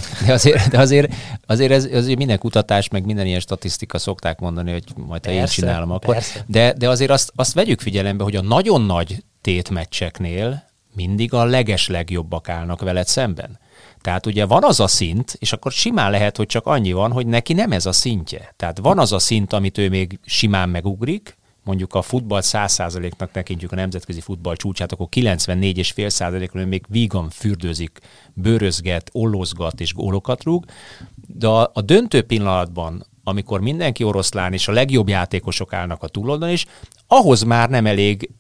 de azért ez minden kutatás, meg minden ilyen statisztika szokták mondani, hogy majd ha én csinálom, akkor. De azért azt vegyük figyelembe, hogy a nagyon nagy tétmeccseknél mindig a legeslegjobbak állnak veled szemben. Tehát ugye van az a szint, és akkor simán lehet, hogy csak annyi van, hogy neki nem ez a szintje. Tehát van az a szint, amit ő még simán megugrik, mondjuk a futball 100%-nak tekintjük a nemzetközi futball csúcsát, akkor 94,5%-on ő még vígan fürdőzik, bőrözget, ollozgat és gólokat rúg, de a döntő pillanatban, amikor mindenki oroszlán és a legjobb játékosok állnak a túloldalon is, ahhoz már nem elég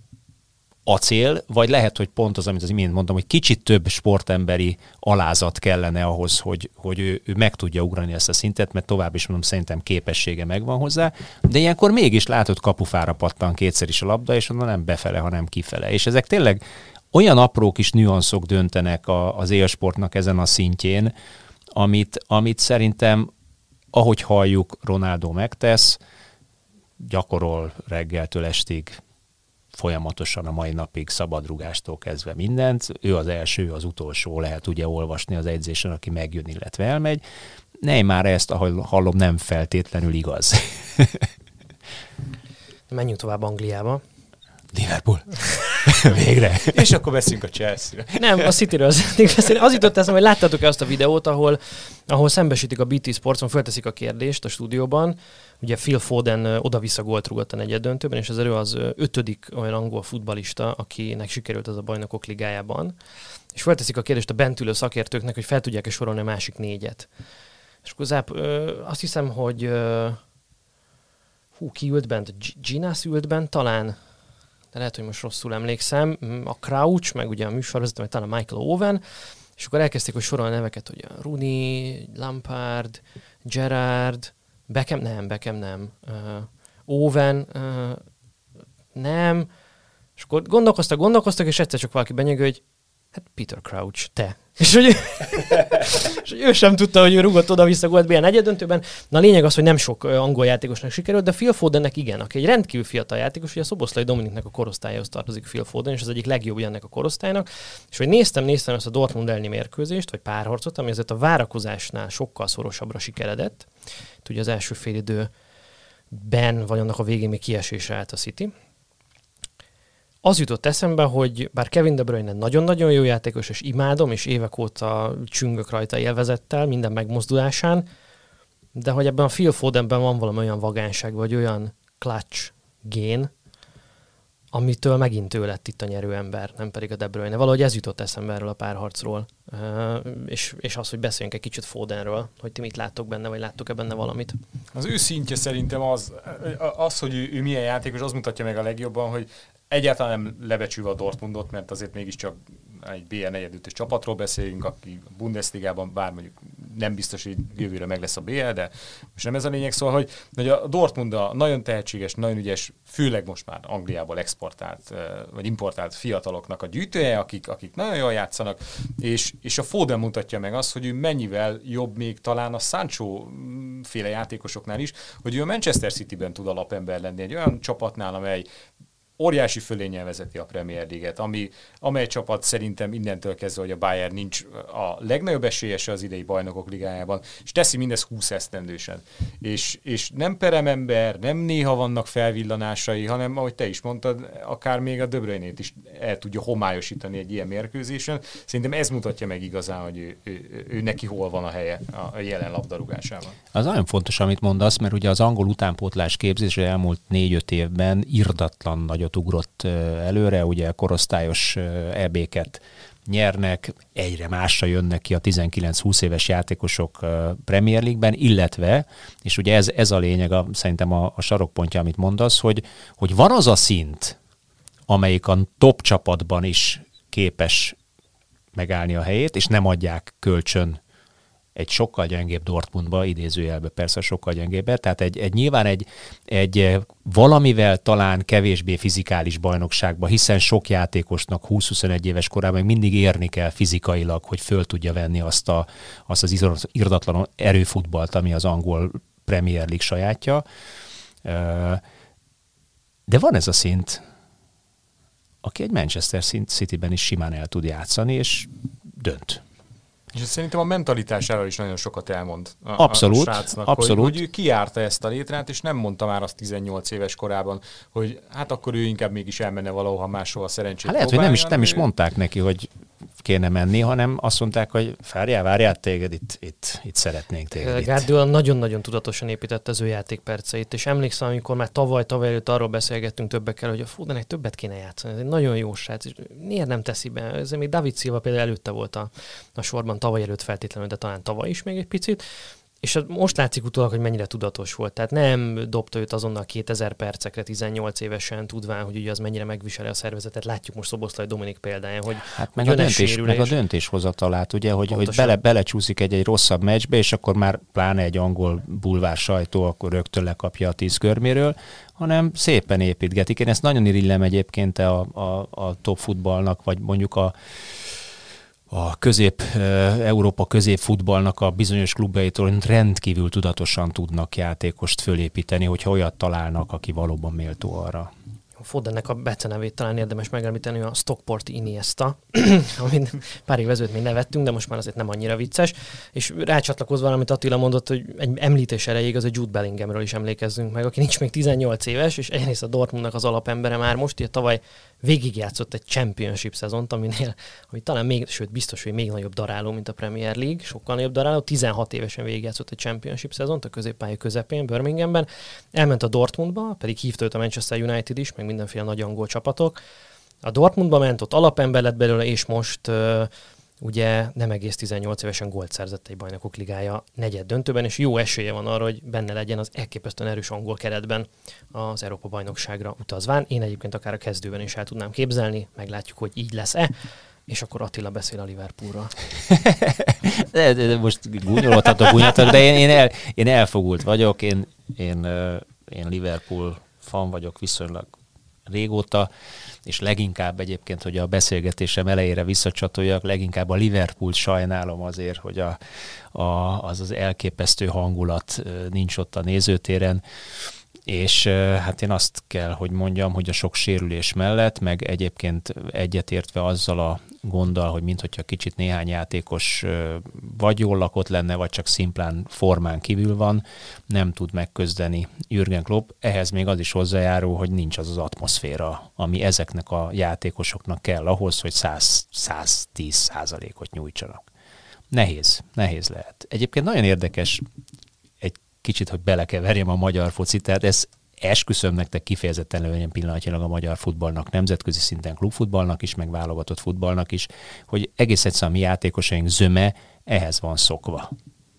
acél, vagy lehet, hogy pont az, amit az imént mondtam, hogy kicsit több sportemberi alázat kellene ahhoz, hogy ő meg tudja ugrani ezt a szintet, mert tovább is mondom, szerintem képessége megvan hozzá, de ilyenkor mégis látod, kapufára pattan kétszer is a labda, és onnan nem befele, hanem kifele. És ezek tényleg olyan apró kis nüanszok döntenek az élsportnak ezen a szintjén, amit szerintem, ahogy halljuk, Ronaldo megtesz, gyakorol reggeltől estig, folyamatosan a mai napig szabadrugástól kezdve mindent. Ő az első, az utolsó, lehet ugye olvasni az edzésen, aki megjön, illetve elmegy. Neymar ezt, ahogy hallom, nem feltétlenül igaz. Menjünk tovább Angliába. Liverpool. Végre. És akkor beszélünk a Chelsea-re. Nem, a Cityről szeretnék beszélni. Az jutott eszembe, hogy láttátok-e azt a videót, ahol szembesítik a BT Sportson, fölteszik a kérdést a stúdióban. Ugye Phil Foden oda-vissza gólt rúgott a negyeddöntőben, és ő az 5. olyan angol futballista, akinek sikerült ez a Bajnokok Ligájában. És fölteszik a kérdést a bent ülő szakértőknek, hogy fel tudják-e sorolni a másik 4-et. És akkor azt hiszem, hogy ki ült bent? Ginas ült bent talán? De lehet, hogy most rosszul emlékszem, a Crouch, meg ugye a műsorvezető, meg talán a Michael Owen, és akkor elkezdték, hogy sorolni a neveket, hogy a Rooney, Lampard, Gerrard, Beckham nem, Owen, nem, és akkor gondolkoztak, és egyszer csak valaki benyögő, hogy hát Peter Crouch, te. És hogy ő sem tudta, hogy ő rúgott oda-vissza gólt BL negyeddöntőben. Na a lényeg az, hogy nem sok angol játékosnak sikerült, de Phil Fodennek igen, aki egy rendkívül fiatal játékos, ugye a Szoboszlai Dominiknek a korosztályához tartozik Phil Foden, és az egyik legjobb ennek a korosztálynak. És hogy néztem ezt a Dortmund elleni mérkőzést, vagy párharcot, ami azért a várakozásnál sokkal szorosabbra sikeredett. Itt ugye az első félidőben, vagy annak a végén még kiesésre állt a City. Az jutott eszembe, hogy bár Kevin De Bruyne nagyon-nagyon jó játékos, és imádom, és évek óta csüngök rajta élvezettel, minden megmozdulásán, de hogy ebben a Phil Fodenben van valami olyan vagányság, vagy olyan clutch gén, amitől megint ő lett itt a nyerőember, nem pedig a De Bruyne. Valahogy ez jutott eszembe erről a párharcról, és az, hogy beszéljünk egy kicsit Fodenről, hogy ti mit láttok benne, vagy láttok-e benne valamit. Az ő szintje szerintem az hogy ő milyen játékos, az mutatja meg a legjobban, hogy egyáltalán nem lebecsülve a Dortmundot, mert azért mégiscsak egy BL negyedötös csapatról beszélünk, aki Bundesligában bár mondjuk nem biztos, hogy jövőre meg lesz a BL, de most nem ez a lényeg. Szóval, hogy a Dortmund a nagyon tehetséges, nagyon ügyes, főleg most már Angliából exportált, vagy importált fiataloknak a gyűjtője, akik nagyon jól játszanak, és a Foden mutatja meg azt, hogy ő mennyivel jobb még talán a Sancho féle játékosoknál is, hogy ő a Manchester Cityben tud alapember lenni, egy olyan csapatnál, amely óriási fölénnyel vezeti a Premier League-et, amely csapat szerintem innentől kezdve, hogy a Bayern nincs a legnagyobb esélyese az idei bajnokok ligájában, és teszi mindezt 20 esztendősen. És nem peremember, nem néha vannak felvillanásai, hanem, ahogy te is mondtad, akár még a De Bruyne-t is el tudja homályosítani egy ilyen mérkőzésen. Szerintem ez mutatja meg igazán, hogy ő neki hol van a helye a jelen labdarúgásában. Az nagyon fontos, amit mondasz, mert ugye az angol utánpótlás képzése elmúlt 4-5 évben irdatlan nagyot ugrott előre, ugye korosztályos EB-ket nyernek, egyre másra jönnek ki a 19-20 éves játékosok Premier League-ben, illetve, és ugye ez a lényeg, szerintem a sarokpontja, amit mondasz, hogy van az a szint, amelyik a top csapatban is képes megállni a helyét, és nem adják kölcsön egy sokkal gyengébb Dortmundba, idézőjelbe persze sokkal gyengébbe, tehát nyilván egy valamivel talán kevésbé fizikális bajnokságba, hiszen sok játékosnak 20-21 éves korában mindig érni kell fizikailag, hogy föl tudja venni azt az irdatlan erőfutballt, ami az angol Premier League sajátja. De van ez a szint, aki egy Manchester Cityben is simán el tud játszani, és dönt. És szerintem a mentalitásáról is nagyon sokat elmond a srácnak, abszolút. Hogy ő kijárta ezt a létrát, és nem mondta már azt 18 éves korában, hogy hát akkor ő inkább mégis elmenne valahova máshol szerencsét lehet, hogy nem is mondták neki, hogy kéne menni, hanem azt mondták, hogy várjál, téged itt szeretnénk téged. Guardiola nagyon-nagyon tudatosan építette az ő játékperceit, és emlékszem, amikor már tavaly előtt arról beszélgettünk többekkel, hogy a Fodennek többet kéne játszani. Ez egy nagyon jó srác, és miért nem teszi be? Ez még David Silva például előtte volt a sorban, tavaly előtt feltétlenül, de talán tavaly is még egy picit. És most látszik utólag, hogy mennyire tudatos volt. Tehát nem dobta őt azonnal 2000 percekre 18 évesen, tudván, hogy ugye az mennyire megviseli a szervezetet. Látjuk most Szoboszlai Dominik példáján, hogy hát meg a döntéshozatalát, ugye, hogy belecsúszik egy rosszabb meccsbe, és akkor már pláne egy angol bulvár sajtó, akkor rögtön lekapja a 10 körméről, hanem szépen építgetik. Én ezt nagyon irigylem egyébként a top futballnak, vagy mondjuk a Európa középfutballnak a bizonyos klubjaitól rendkívül tudatosan tudnak játékost fölépíteni, hogyha olyat találnak, aki valóban méltó arra. Fodennek a becenevét talán érdemes megemlíteni, a Stockporti Iniesta, amit pár év ezelőtt még nevettünk, de most már azért nem annyira vicces. És rácsatlakozva valamit Attila mondott, hogy egy említés erejéig az a Jude Bellinghamről is emlékezzünk meg, aki nincs még 18 éves, és egyrészt a Dortmundnak az alapembere már most, ugye tavaly végigjátszott egy Championship szezont, ami talán még, sőt biztos, hogy még nagyobb daráló, mint a Premier League, sokkal nagyobb daráló, 16 évesen végigjátszott egy Championship szezont a középpálya közepén, Birminghamben, elment a Dortmundba, pedig hívta őt a Manchester United is, meg mindenféle nagy angol csapatok. A Dortmundba ment, ott alapember lett belőle, és most ugye nem egész 18 évesen gólt szerzett egy bajnokok ligája negyed döntőben, és jó esélye van arra, hogy benne legyen az elképesztően erős angol keretben az Európa bajnokságra utazván. Én egyébként akár a kezdőben is el tudnám képzelni, meglátjuk, hogy így lesz-e, és akkor Attila beszél a Liverpoolról. de most gúnyolhatok, de én elfogult vagyok, én Liverpool fan vagyok viszonylag régóta, és leginkább egyébként, hogy a beszélgetésem elejére visszacsatoljak, leginkább a Liverpoolt sajnálom azért, hogy az elképesztő hangulat nincs ott a nézőtéren, és hát én azt kell, hogy mondjam, hogy a sok sérülés mellett, meg egyébként egyetértve azzal a gonddal, hogy minthogyha kicsit néhány játékos vagy jól lakott lenne, vagy csak szimplán formán kívül van, nem tud megközdeni Jürgen Klopp. Ehhez még az is hozzájárul, hogy nincs az atmoszféra, ami ezeknek a játékosoknak kell ahhoz, hogy 110%-ot nyújtsanak. Nehéz lehet. Egyébként nagyon érdekes kicsit, hogy belekeverjem a magyar focit, tehát ez esküszöm nektek kifejezetten előnyem pillanatnyilag a magyar futballnak, nemzetközi szinten klubfutballnak is, meg válogatott futballnak is, hogy egész egyszerűen a mi játékosaink zöme ehhez van szokva.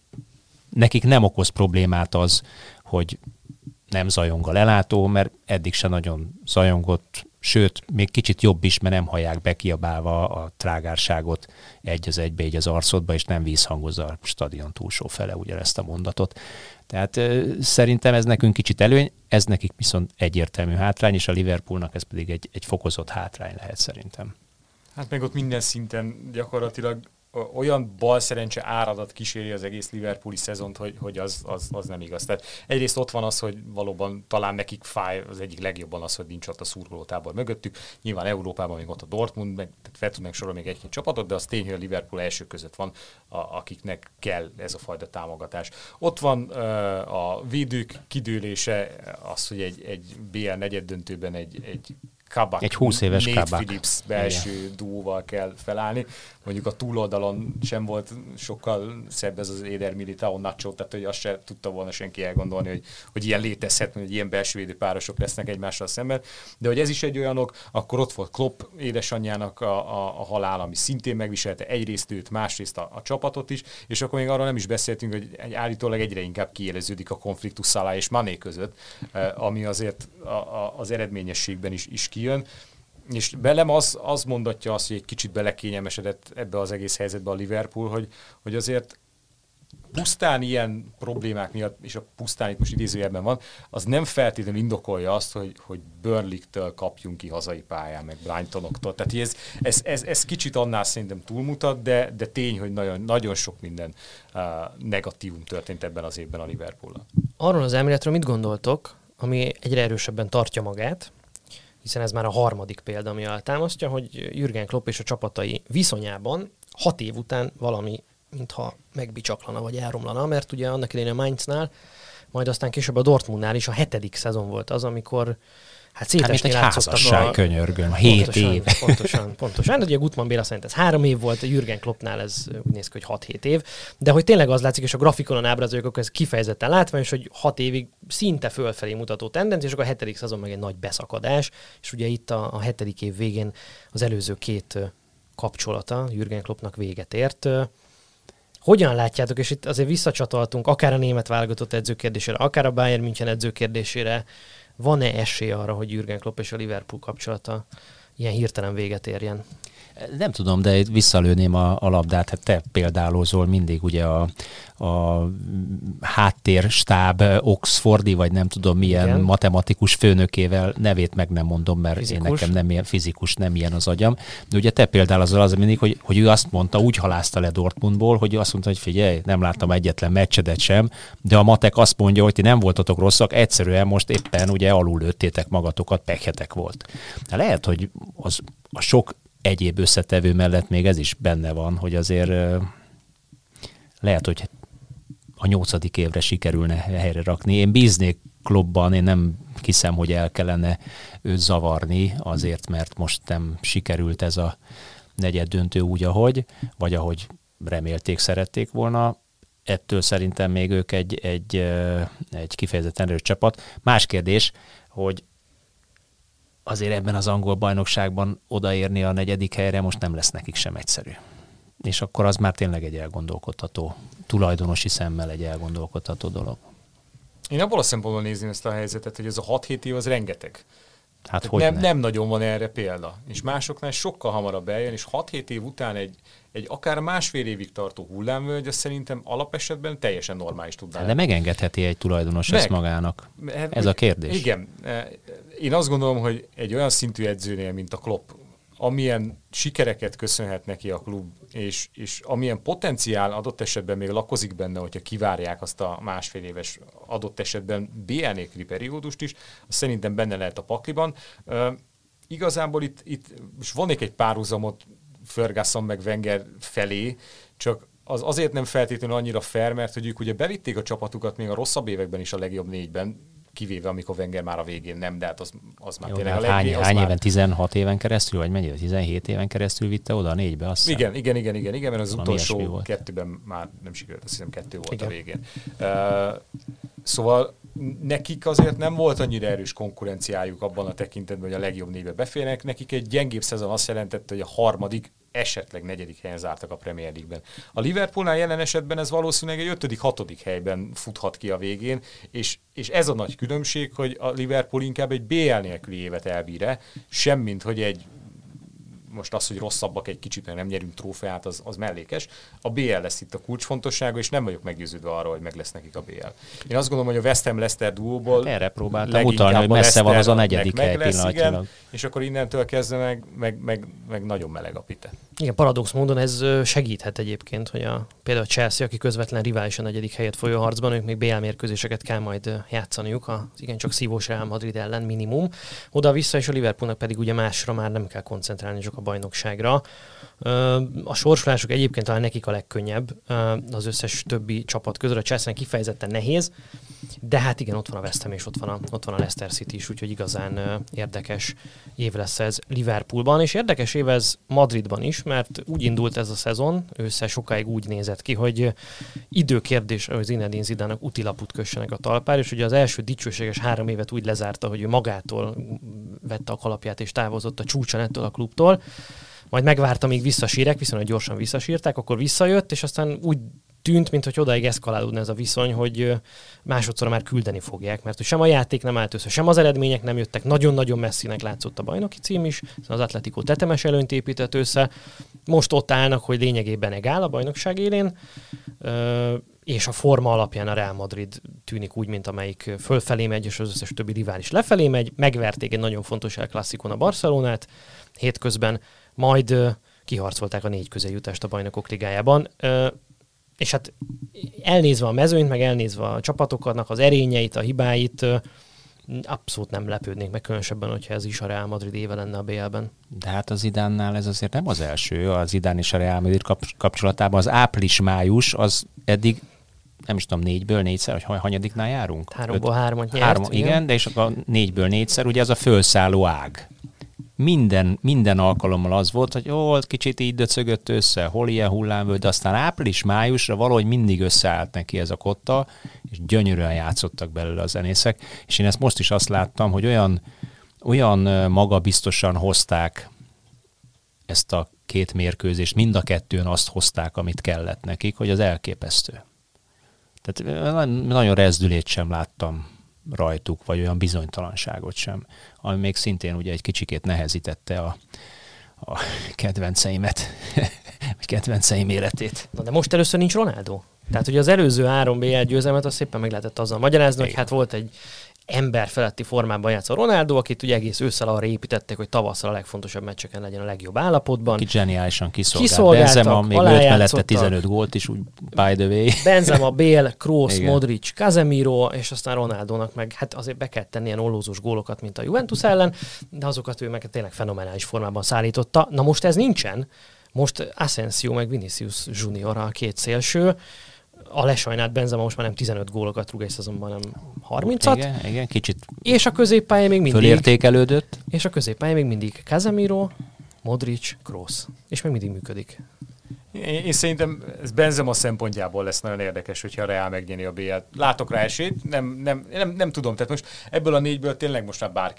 Nekik nem okoz problémát az, hogy nem zajong a lelátó, mert eddig se nagyon zajongott, sőt, még kicsit jobb is, mert nem hallják bekiabálva a trágárságot egy az egybe, így az arcodba, és nem vízhangozza a stadion túlsó fele ugyanezt a mondatot. Tehát szerintem ez nekünk kicsit előny, ez nekik viszont egyértelmű hátrány, és a Liverpoolnak ez pedig egy fokozott hátrány lehet szerintem. Hát meg ott minden szinten gyakorlatilag olyan balszerencse áradat kíséri az egész liverpooli szezont, hogy az nem igaz. Tehát egyrészt ott van az, hogy valóban talán nekik fáj az egyik legjobban az, hogy nincs ott a szurkolótábor mögöttük. Nyilván Európában még ott a Dortmund, tehát fel tudnak sorolni még egy-két csapatot, de az tény, hogy a Liverpool első között van, akiknek kell ez a fajta támogatás. Ott van a védők kidőlése, az, hogy egy BL negyeddöntőben egy Kabak, egy 20 éves Nate Kabak. Phillips belső duóval kell felállni. Mondjuk a túloldalon sem volt sokkal szebb ez az Eder Militao Nacho, tehát hogy azt se tudta volna senki elgondolni, hogy ilyen létezhet, hogy ilyen belsővédő párosok lesznek egymással szemben. De hogy ez is egy olyanok, akkor ott volt Klopp édesanyjának a halál, ami szintén megviselte egyrészt őt, másrészt a csapatot is, és akkor még arról nem is beszéltünk, hogy állítólag egyre inkább kiéleződik a konfliktus Salah és Mané között, ami azért az eredményességben is kijön. És belem az mondatja azt, hogy egy kicsit belekényelmesedett ebbe az egész helyzetbe a Liverpool, hogy azért pusztán ilyen problémák miatt, és a pusztán itt most idézőjelben van, az nem feltétlenül indokolja azt, hogy Burnley-től kapjunk ki hazai pályán, meg Brightonoktól. Tehát ez kicsit annál szerintem túlmutat, de tény, hogy nagyon, nagyon sok minden negatívum történt ebben az évben a Liverpool-al. Arról az elméletről mit gondoltok, ami egyre erősebben tartja magát, hiszen ez már a harmadik példa, ami eltámasztja, hogy Jürgen Klopp és a csapatai viszonyában 6 év után valami, mintha megbicsaklana vagy elromlana, mert ugye annak idején a Mainznál, majd aztán később a Dortmundnál is a 7. szezon volt az, amikor hát szétesni látszottak a könyörgön, 7 év. Pontosan. De ugye Gutmann Béla szerint ez 3 év volt, a Jürgen Kloppnál ez úgy néz ki, hogy 6-7 év, de hogy tényleg az látszik, és a grafikonon ábrázoljuk, akkor ez kifejezetten látványos, hogy 6 évig szinte fölfelé mutató tendencia, és akkor a 7. szezon meg egy nagy beszakadás, és ugye itt a 7. év végén az előző 2 kapcsolata Jürgen Kloppnak véget ért. Hogyan látjátok, és itt azért visszacsatoltunk akár a német válogatott edző kérdésére, akár a Bayern München edző kérdésére, van-e esély arra, hogy Jürgen Klopp és a Liverpool kapcsolata ilyen hirtelen véget érjen? Nem tudom, de itt visszalőném a labdát. Hát te példálózol mindig ugye a háttérstáb Oxfordi, vagy nem tudom milyen igen. matematikus főnökével, nevét meg nem mondom, mert fizikus. Én nekem nem ilyen fizikus, nem ilyen az agyam. De ugye te példálózol az mindig, hogy ő azt mondta, úgy halázta le Dortmundból, hogy azt mondta, hogy figyelj, nem láttam egyetlen meccsedet sem, de a matek azt mondja, hogy ti nem voltatok rosszak, egyszerűen most éppen ugye alul lőttétek magatokat, pekhetek volt. De lehet, hogy a sok egyéb összetevő mellett még ez is benne van, hogy azért lehet, hogy a 8. évre sikerülne helyre rakni. Én bíznék Kloppban, én nem hiszem, hogy el kellene őt zavarni azért, mert most nem sikerült ez a negyeddöntő úgy, vagy ahogy remélték, szerették volna. Ettől szerintem még ők egy kifejezetten erős csapat. Más kérdés, hogy azért ebben az angol bajnokságban odaérni a 4. helyre most nem lesz nekik sem egyszerű. És akkor az már tényleg egy elgondolkodható, tulajdonosi szemmel egy elgondolkodható dolog. Én abból a szempontból nézném ezt a helyzetet, hogy ez a 6-7 év az rengeteg. Hát hogy nem nagyon van erre példa. És másoknál sokkal hamarabb eljön, és 6-7 év után egy akár másfél évig tartó hullámvölgy, az szerintem alapesetben teljesen normális tudná. De megengedheti egy tulajdonos ezt magának? Ez a kérdés. Igen. Én azt gondolom, hogy egy olyan szintű edzőnél, mint a Klopp, amilyen sikereket köszönhet neki a klub, és amilyen potenciál adott esetben még lakozik benne, hogyha kivárják azt a másfél éves adott esetben BL nélküli periódust is, az szerintem benne lehet a pakliban. Igazából itt most vonnék egy párhuzamot Ferguson meg Wenger felé, csak az azért nem feltétlenül annyira fair, mert hogy ők ugye bevitték a csapatukat még a rosszabb években is a legjobb 4-ben, kivéve amikor Wenger már a végén nem, de hát az már tényleg a legjobb. Hány éven, 16 éven keresztül, vagy mennyire, 17 éven keresztül vitte oda a 4-be? Igen, mert az utolsó 2-ben már nem sikerült, azt hiszem 2 volt a végén. Szóval nekik azért nem volt annyira erős konkurenciájuk abban a tekintetben, hogy a legjobb 4-be beférnek. Nekik egy gyengébb szezon azt jelentette, hogy a harmadik, esetleg 4. helyen zártak a Premier League-ben. A Liverpoolnál jelen esetben ez valószínűleg egy 5.-6. helyben futhat ki a végén, és ez a nagy különbség, hogy a Liverpool inkább egy BL nélküli évet elbír-e, semmint, hogy egy most az, hogy rosszabbak egy kicsit, mert nem nyerünk trófeát, az mellékes. A BL lesz itt a kulcsfontossága, és nem vagyok meggyőződve arról, hogy meg lesz nekik a BL. Én azt gondolom, hogy a West Ham-Leicester duóból erre próbáltam utalni, hogy messze van az a 4. hely pillanatilag. És akkor innentől kezdve meg nagyon meleg a pite. Igen, paradox módon ez segíthet egyébként, hogy például a Chelsea, aki közvetlen rivális a 4. helyet folyó harcban, ők még BL mérkőzéseket kell majd játszaniuk, az igencsak szívós Real Madrid ellen minimum. Oda-vissza, és a Liverpoolnak pedig ugye másra már nem kell koncentrálni, csak a bajnokságra. A sorsolások egyébként talán nekik a legkönnyebb az összes többi csapat közül. A Chelsea kifejezetten nehéz, de hát igen, ott van a West Ham és ott van a Leicester City is, úgyhogy igazán érdekes év lesz ez Liverpoolban, és érdekes év ez Madridban is, mert úgy indult ez a szezon, ősszel sokáig úgy nézett ki, hogy időkérdés, hogy Zinedine Zidane-nak utilaput kössenek a talpára, és ugye az első dicsőséges 3 évet úgy lezárta, hogy ő magától vette a kalapját és távozott a csúcson ettől a klubtól, majd megvárta, míg visszasírek, viszonylag gyorsan visszasírták, akkor visszajött, és aztán úgy tűnt, mintha odáig eszkalálódna ez a viszony, hogy másodszor már küldeni fogják, mert sem a játék nem állt össze, sem az eredmények nem jöttek, nagyon-nagyon messzinek látszott a bajnoki cím is, az Atletico tetemes előnyt épített össze, most ott állnak, hogy lényegében egál a bajnokság élén, és a forma alapján a Real Madrid tűnik úgy, mint amelyik fölfelé megy, és az összes többi rivális lefelé megy, megverték egy nagyon fontos El Clasicón a Barcelonát hétközben, majd kiharcolták a 4 közéljutást a Bajnokok Ligájában. És hát elnézve a mezőnyt, meg elnézve a csapatoknak az erényeit, a hibáit, abszolút nem lepődnék meg, különösebben, hogyha ez is a Real Madrid éve lenne a BL-ben. De hát a Zidánnál ez azért nem az első, a Zidane és a Real Madrid kapcsolatában. Az április-május az eddig, nem is tudom, 4-ből 4-szer, vagy hanyadiknál járunk? 3-ból 3-at nyert. Igen, de és akkor 4-ből 4-szer, ugye az a fölszálló ág. Minden alkalommal az volt, hogy kicsit így döcögött össze, hol ilyen hullámvölgy, de aztán április-májusra valahogy mindig összeállt neki ez a kotta, és gyönyörűen játszottak belőle a zenészek. És én ezt most is azt láttam, hogy olyan magabiztosan hozták ezt a 2 mérkőzést, mind a kettőn azt hozták, amit kellett nekik, hogy az elképesztő. Tehát nagyon rezdülét sem láttam rajtuk, vagy olyan bizonytalanságot sem, ami még szintén ugye egy kicsikét nehezítette a kedvenceimet, vagy kedvenceim életét. Na de most először nincs Ronaldo. Tehát ugye az előző 3 BL győzelmet azt szépen meg lehetett azzal magyarázni, hogy hát volt egy ember feletti formában játszó Ronaldo, akit ugye egész ősszel arra építették, hogy tavasszal a legfontosabb meccseken legyen a legjobb állapotban. Ki zseniálisan kiszolgáltak, Benzema még lőtt mellette 15 gólt is, úgy by the way. Benzema, Bale, Kroos, Modric, Casemiro, és aztán Ronaldónak meg hát azért be kell tenni ilyen ollózós gólokat, mint a Juventus ellen, de azokat ő meg tényleg fenomenális formában szállította. Na most ez nincsen. Most Asensio meg Vinicius Junior a 2 szélső. A lesajnált Benzema most már nem 15 gólokat rúg egy szezonban, hanem 30-at. Igen, kicsit és a középpálya még mindig fölértékelődött. És a középpálya még mindig Casemiro, Modric, Kroos. És még mindig működik. Én szerintem ez Benzema szempontjából lesz nagyon érdekes, hogyha a Real megnyeri a BL-t. Látok rá esélyt, nem tudom. Tehát most ebből a 4-ből tényleg most már bárki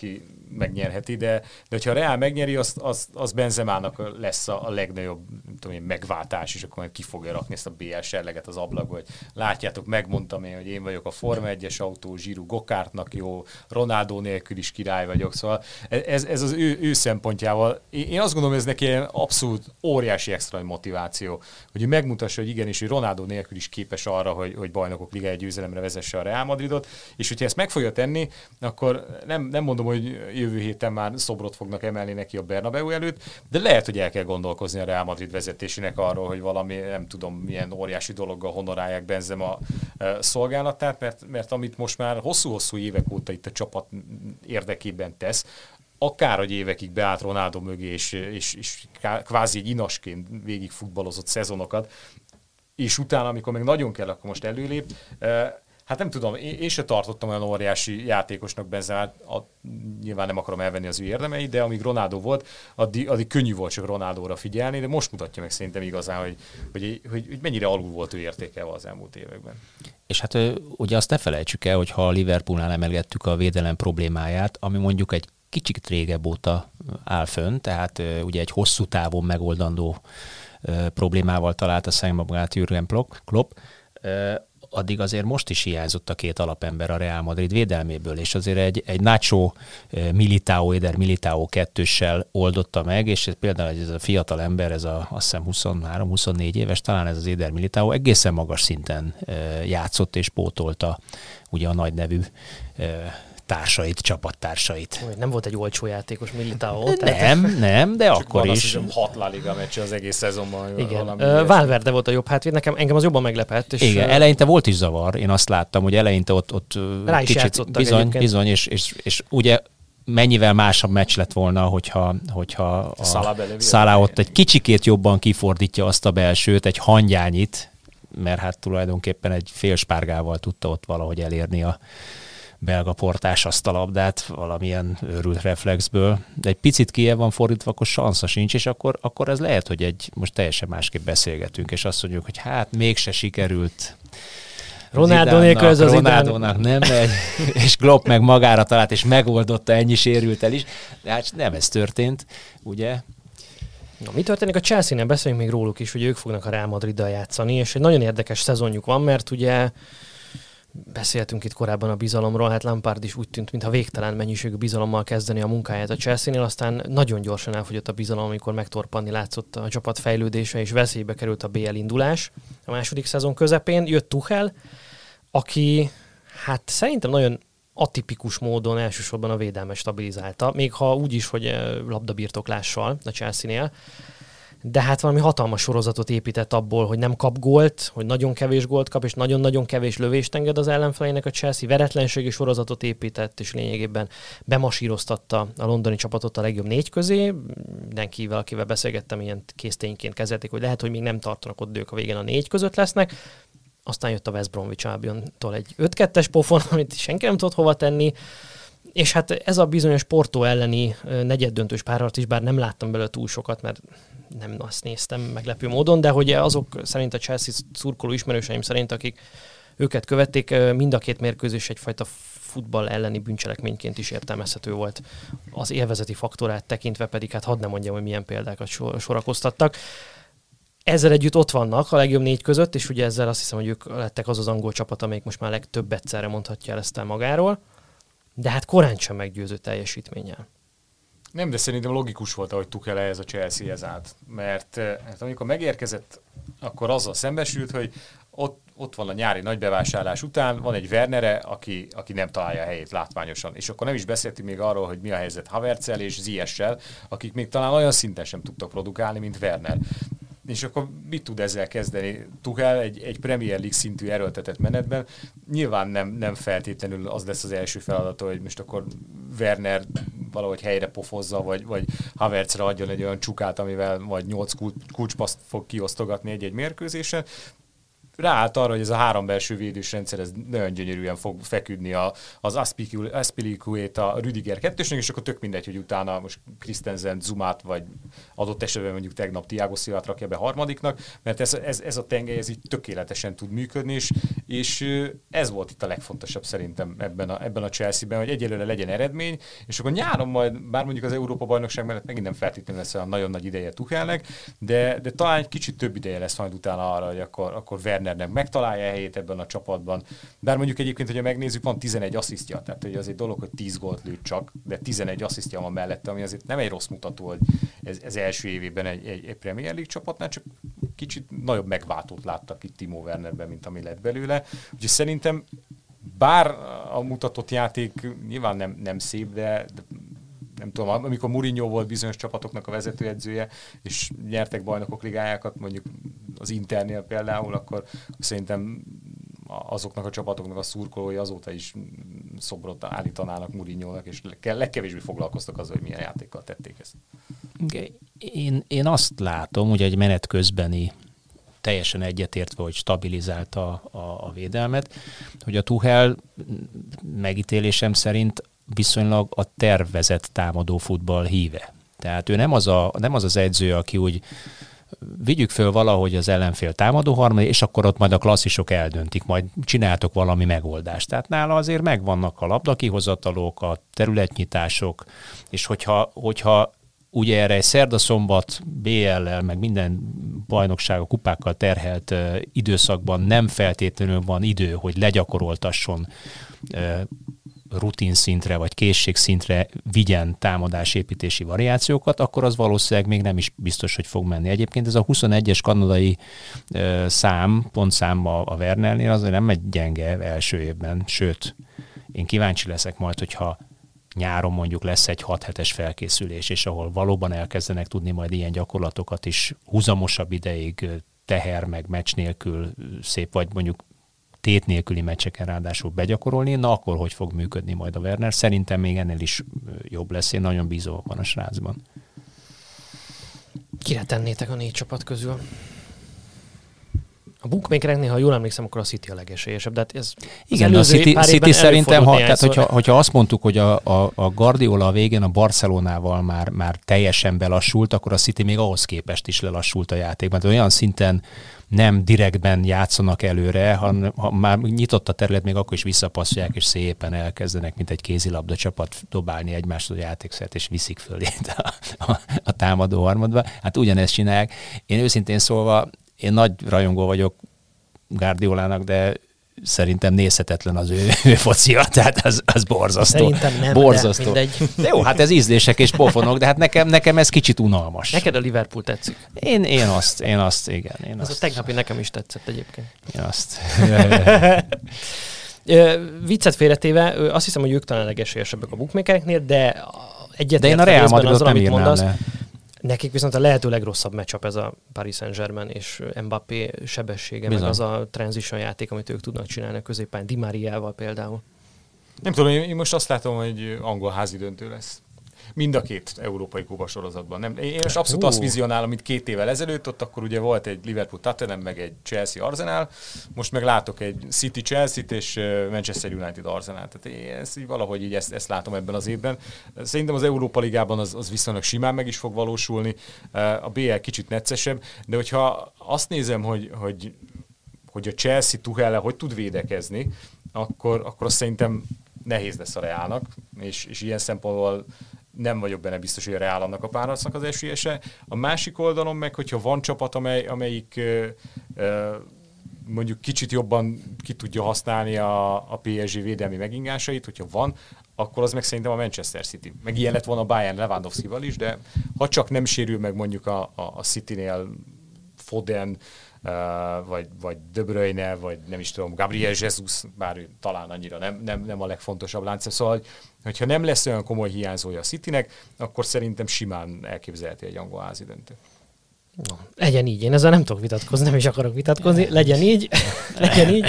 megnyerheti, de hogyha a Real megnyeri, az Benzemának lesz a legnagyobb megváltás, és akkor majd ki fogja rakni ezt a BL serleget az ablakba, hogy látjátok, megmondtam én, hogy én vagyok a Forma 1-es autó, Giroud gokártnak jó, Ronaldo nélkül is király vagyok, szóval ez az ő szempontjával. Én azt gondolom, ez neki abszolút óriási extra motiváció, hogy ő megmutassa, hogy igenis, hogy Ronaldo nélkül is képes arra, hogy bajnokok ligája győzelemre vezesse a Real Madridot, és hogyha ezt meg fogja tenni, akkor nem mondom, hogy jövő héten már szobrot fognak emelni neki a Bernabeu előtt, de lehet, hogy el kell gondolkozni a Real Madrid vezetésének arról, hogy valami, nem tudom, milyen óriási dologgal honorálják Benzema szolgálatát, mert amit most már hosszú-hosszú évek óta itt a csapat érdekében tesz, akárhogy évekig beállt Ronaldo mögé, és kvázi egy inasként végig futballozott szezonokat, és utána, amikor meg nagyon kell, akkor most előlép. Hát nem tudom, én se tartottam olyan óriási játékosnak Benzemát, nyilván nem akarom elvenni az ő érdemeit, de amíg Ronaldo volt, addig könnyű volt csak Ronaldóra figyelni, de most mutatja meg szerintem igazán, hogy mennyire alul volt ő értékelve az elmúlt években. És hát ugye azt ne felejtsük el, hogy ha a Liverpoolnál emelgettük a védelem problémáját, ami mondjuk egy kicsit régebb óta áll fönn, tehát ugye egy hosszú távon megoldandó problémával találta szembe magát Jürgen Klopp, addig azért most is hiányzott a két alapember a Real Madrid védelméből, és azért egy Nacho Militao, Eder Militao kettőssel oldotta meg, és például ez a fiatal ember, ez azt hiszem 23-24 éves, talán ez az Eder Militao egészen magas szinten játszott és pótolta ugye a nagy nevű csapattársait. Nem volt egy olcsó játékos Militao. Nem, de csak akkor is. 6 La Liga meccse az egész szezonban. Igen. Valverde volt a jobb hátvéd, engem az jobban meglepett. És igen, eleinte volt is zavar, én azt láttam, hogy eleinte ott rá is kicsit bizony, és ugye mennyivel másabb meccs lett volna, hogyha a Salah ott egy kicsikét jobban kifordítja azt a belsőt, egy hangyányit, mert hát tulajdonképpen egy fél spárgával tudta ott valahogy elérni a belga portás azt a labdát valamilyen őrült reflexből, de egy picit kijebb van fordítva, akkor sansza sincs, és akkor ez lehet, hogy most teljesen másképp beszélgetünk, és azt mondjuk, hogy hát mégse sikerült Ronaldo nélkül ez az Ronaldónak nem megy, és Klopp meg magára talált, és megoldotta, ennyi sérült el is, de hát nem ez történt, ugye? Na, mi történik a Chelsea-nél? Beszéljünk még róluk is, hogy ők fognak a Real Madriddal játszani, és egy nagyon érdekes szezonjuk van, mert ugye beszéltünk itt korábban a bizalomról, hát Lampard is úgy tűnt, mintha végtelen mennyiségű bizalommal kezdeni a munkáját a Chelsea-nél, aztán nagyon gyorsan elfogyott a bizalom, amikor megtorpanni látszott a csapat fejlődése, és veszélybe került a BL indulás. A második szezon közepén jött Tuchel, aki hát szerintem nagyon atipikus módon elsősorban a védelmet stabilizálta, még ha úgy is, hogy labdabirtoklással a Chelsea-nél, de hát valami hatalmas sorozatot épített abból, hogy nem kap gólt, hogy nagyon kevés gólt kap, és nagyon-nagyon kevés lövést enged az ellenfeleinek a Chelsea, veretlenségi sorozatot épített, és lényegében bemasíroztatta a londoni csapatot a legjobb 4 közé. Mindenkivel, akivel beszélgettem, ilyen késztényként kezelték, hogy lehet, hogy még nem tartanak ott ők a végén a 4 között lesznek. Aztán jött a West Bromwich Albiontól egy 5-2-es pofon, amit senki nem tudott hova tenni, és hát ez a bizonyos Porto elleni negyeddöntős párharc is, bár nem láttam belőle túl sokat, mert nem azt néztem meglepő módon, de hogy azok szerint a Chelsea szurkoló ismerőseim szerint, akik őket követték, mind a két mérkőzés egyfajta futball elleni bűncselekményként is értelmezhető volt. Az élvezeti faktorát tekintve pedig, hát hadd ne mondjam, hogy milyen példákat sorakoztattak. Ezzel együtt ott vannak a legjobb 4 között, és ugye ezzel azt hiszem, hogy ők lettek az angol csapat, amelyik most már legtöbb egyszerre mondhatja el ezt el magáról, de hát korán sem meggyőző teljesítménnyel. Nem, de szerintem logikus volt, ahogy Tuchel ehhez a Chelsea-hez állt. Mert hát amikor megérkezett, akkor azzal szembesült, hogy ott van a nyári nagy bevásárlás után, van egy Wernere, aki nem találja a helyét látványosan. És akkor nem is beszéltünk még arról, hogy mi a helyzet Havertzel és Ziyech-sel, akik még talán olyan szinten sem tudtak produkálni, mint Werner. És akkor mit tud ezzel kezdeni Tuchel egy Premier League szintű erőltetett menetben? Nyilván nem feltétlenül az lesz az első feladata, hogy most akkor Werner valahogy helyre pofozza, vagy Havertzre adjon egy olyan csukát, amivel majd 8 kulcspaszt fog kiosztogatni egy-egy mérkőzésen. ráállt arra, hogy ez a 3 belső védős rendszer ez nagyon gyönyörűen fog feküdni az Azpilicueta a Rüdiger 2-ösnek, és akkor tök mindegy, hogy utána most Christensen, Zumát, vagy adott esetben mondjuk tegnap Thiago Silvát rakja be harmadiknak, mert ez a tengely ez így tökéletesen tud működni, és ez volt itt a legfontosabb szerintem ebben a Chelsea-ben, hogy egyelőre legyen eredmény, és akkor nyáron majd, bár mondjuk az Európa-bajnokság mellett megint nem feltétlenül lesz olyan nagyon nagy ideje Tuchelnek, de talán egy kicsit több ideje lesz majd utána arra, hogy akkor Wernernek megtalálja a helyét ebben a csapatban. Bár mondjuk egyébként, hogyha megnézzük, van 11 asszisztja, tehát hogy az egy dolog, hogy 10 gólt lőtt csak, de 11 asszisztja van mellette, ami azért nem egy rossz mutató, hogy ez első évében egy Premier League csapatnál, csak kicsit nagyobb megváltót láttak itt Timo Wernerben, mint ami lett belőle. Úgyhogy szerintem bár a mutatott játék nyilván nem szép, de nem tudom, amikor Mourinho volt bizonyos csapatoknak a vezetőedzője, és nyertek bajnokok ligájákat, mondjuk az Internél például, akkor szerintem azoknak a csapatoknak a szurkolói azóta is szobrot állítanának Mourinhónak, és legkevésbé foglalkoztak azzal, hogy milyen játékkal tették ezt. Én azt látom, hogy egy menet közbeni teljesen egyetértve, hogy stabilizálta a védelmet, hogy a Tuchel megítélésem szerint viszonylag a tervezett támadó futball híve. Tehát ő nem az edző, aki úgy vigyük föl valahogy az ellenfél támadó harmad, és akkor ott majd a klasszisok eldöntik, majd csináltok valami megoldást. Tehát nála azért megvannak a labdakihozatalok, a területnyitások, és hogyha ugye erre egy szerda-szombat BL-lel, meg minden bajnokság, kupákkal terhelt időszakban nem feltétlenül van idő, hogy legyakoroltasson rutin szintre, vagy készségszintre vigyen támadásépítési variációkat, akkor az valószínűleg még nem is biztos, hogy fog menni. Egyébként ez a 21-es kanadai pontszám a Wernernél azért nem egy gyenge első évben, sőt, én kíváncsi leszek majd, hogyha nyáron mondjuk lesz egy 6-7-es felkészülés, és ahol valóban elkezdenek tudni majd ilyen gyakorlatokat is húzamosabb ideig teher meg meccs nélkül szép, vagy mondjuk tét nélküli meccseken ráadásul begyakorolni, na akkor hogy fog működni majd a Werner? Szerintem még ennél is jobb lesz, én nagyon bízom van a srácban. Kire tennétek a 4 csapat közül? A bookmakereknél, ha jól emlékszem, akkor a City a legesélyesebb. De hát ez igen, a City szerintem, hogyha azt mondtuk, hogy a Guardiola a végén a Barcelonával már teljesen belassult, akkor a City még ahhoz képest is lelassult a játékban. De olyan szinten nem direktben játszanak előre, ha már nyitott a terület, még akkor is visszapasszolják, és szépen elkezdenek, mint egy kézilabda csapat dobálni egymást a játékszert, és viszik fölé a támadó harmadba. Hát ugyanezt csinálják. Én őszintén szólva, én nagy rajongó vagyok Guardiolának, de szerintem nézhetetlen az ő focia, tehát az borzasztó. Szerintem nem, borzasztó. De jó, hát ez ízlések és pofonok, de hát nekem ez kicsit unalmas. Neked a Liverpool tetszik? Én azt, igen. Az a tegnapi nekem is tetszett egyébként. Én azt. Viccet félretéve, azt hiszem, hogy ők talán legesélyesebbek a bookmakereknél, de de én a Real Madridot nem írnám le. Nekik viszont a lehető legrosszabb matchup ez a Paris Saint-Germain és Mbappé sebessége, bizony. Meg az a transition játék, amit ők tudnak csinálni a középpályán, Di Mariával például. Nem tudom, én most azt látom, hogy angol házi döntő lesz. Mind a 2 európai kupa sorozatban. Nem, én most abszolút azt vizionálom, mint 2 évvel ezelőtt, ott akkor ugye volt egy Liverpool-Tottenham, meg egy Chelsea-Arsenal, most meg látok egy City-Chelsea-t és Manchester United-Arsenal. Tehát én ezt így valahogy így ezt látom ebben az évben. Szerintem az Európa Ligában az viszonylag simán meg is fog valósulni, a BL kicsit neccesebb, de hogyha azt nézem, hogy a Chelsea Tuchellel hogy tud védekezni, akkor azt szerintem nehéz lesz a Realnak, és ilyen szempontból nem vagyok benne biztos, hogy a Real annak a párharcnak az esélyese. A másik oldalon meg, hogyha van csapat, amelyik mondjuk kicsit jobban ki tudja használni a PSG védelmi megingásait, hogyha van, akkor az meg szerintem a Manchester City. Meg ilyen lett volna a Bayern Lewandowskival is, de ha csak nem sérül meg mondjuk a Citynél Foden, vagy De Bruyne, vagy nem is tudom, Gabriel Jesus, bár ő talán annyira nem a legfontosabb láncszem. Szóval, hogyha nem lesz olyan komoly hiányzója a Citynek, akkor szerintem simán elképzelhető egy angol házi döntő. No, legyen így. Én ezzel nem tudok vitatkozni, nem is akarok vitatkozni. Legyen így. Legyen így.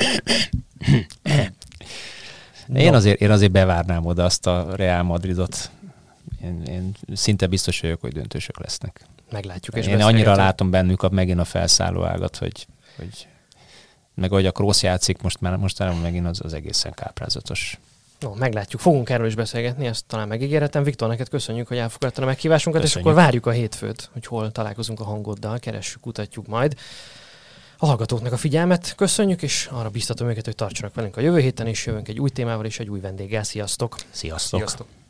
Én azért bevárnám oda azt a Real Madridot. Én szinte biztos vagyok, hogy döntősök lesznek. Meglátjuk. És én annyira látom bennük megint a felszálló ágat, hogy meg ahogy a Kroos játszik, most megint az egészen káprázatos. No, meglátjuk. Fogunk erről is beszélgetni, ezt talán megígérhetem. Viktor, neked köszönjük, hogy elfogadtad a meghívásunkat, Köszönjük. És akkor várjuk a hétfőt, hogy hol találkozunk a Hangoddal, keressük, kutatjuk majd. A hallgatóknak a figyelmet köszönjük, és arra biztatom őket, hogy tartsanak velünk a jövő héten, és jövünk egy új témával és egy új vendéggel. Sziasztok! Sziasztok! Sziasztok.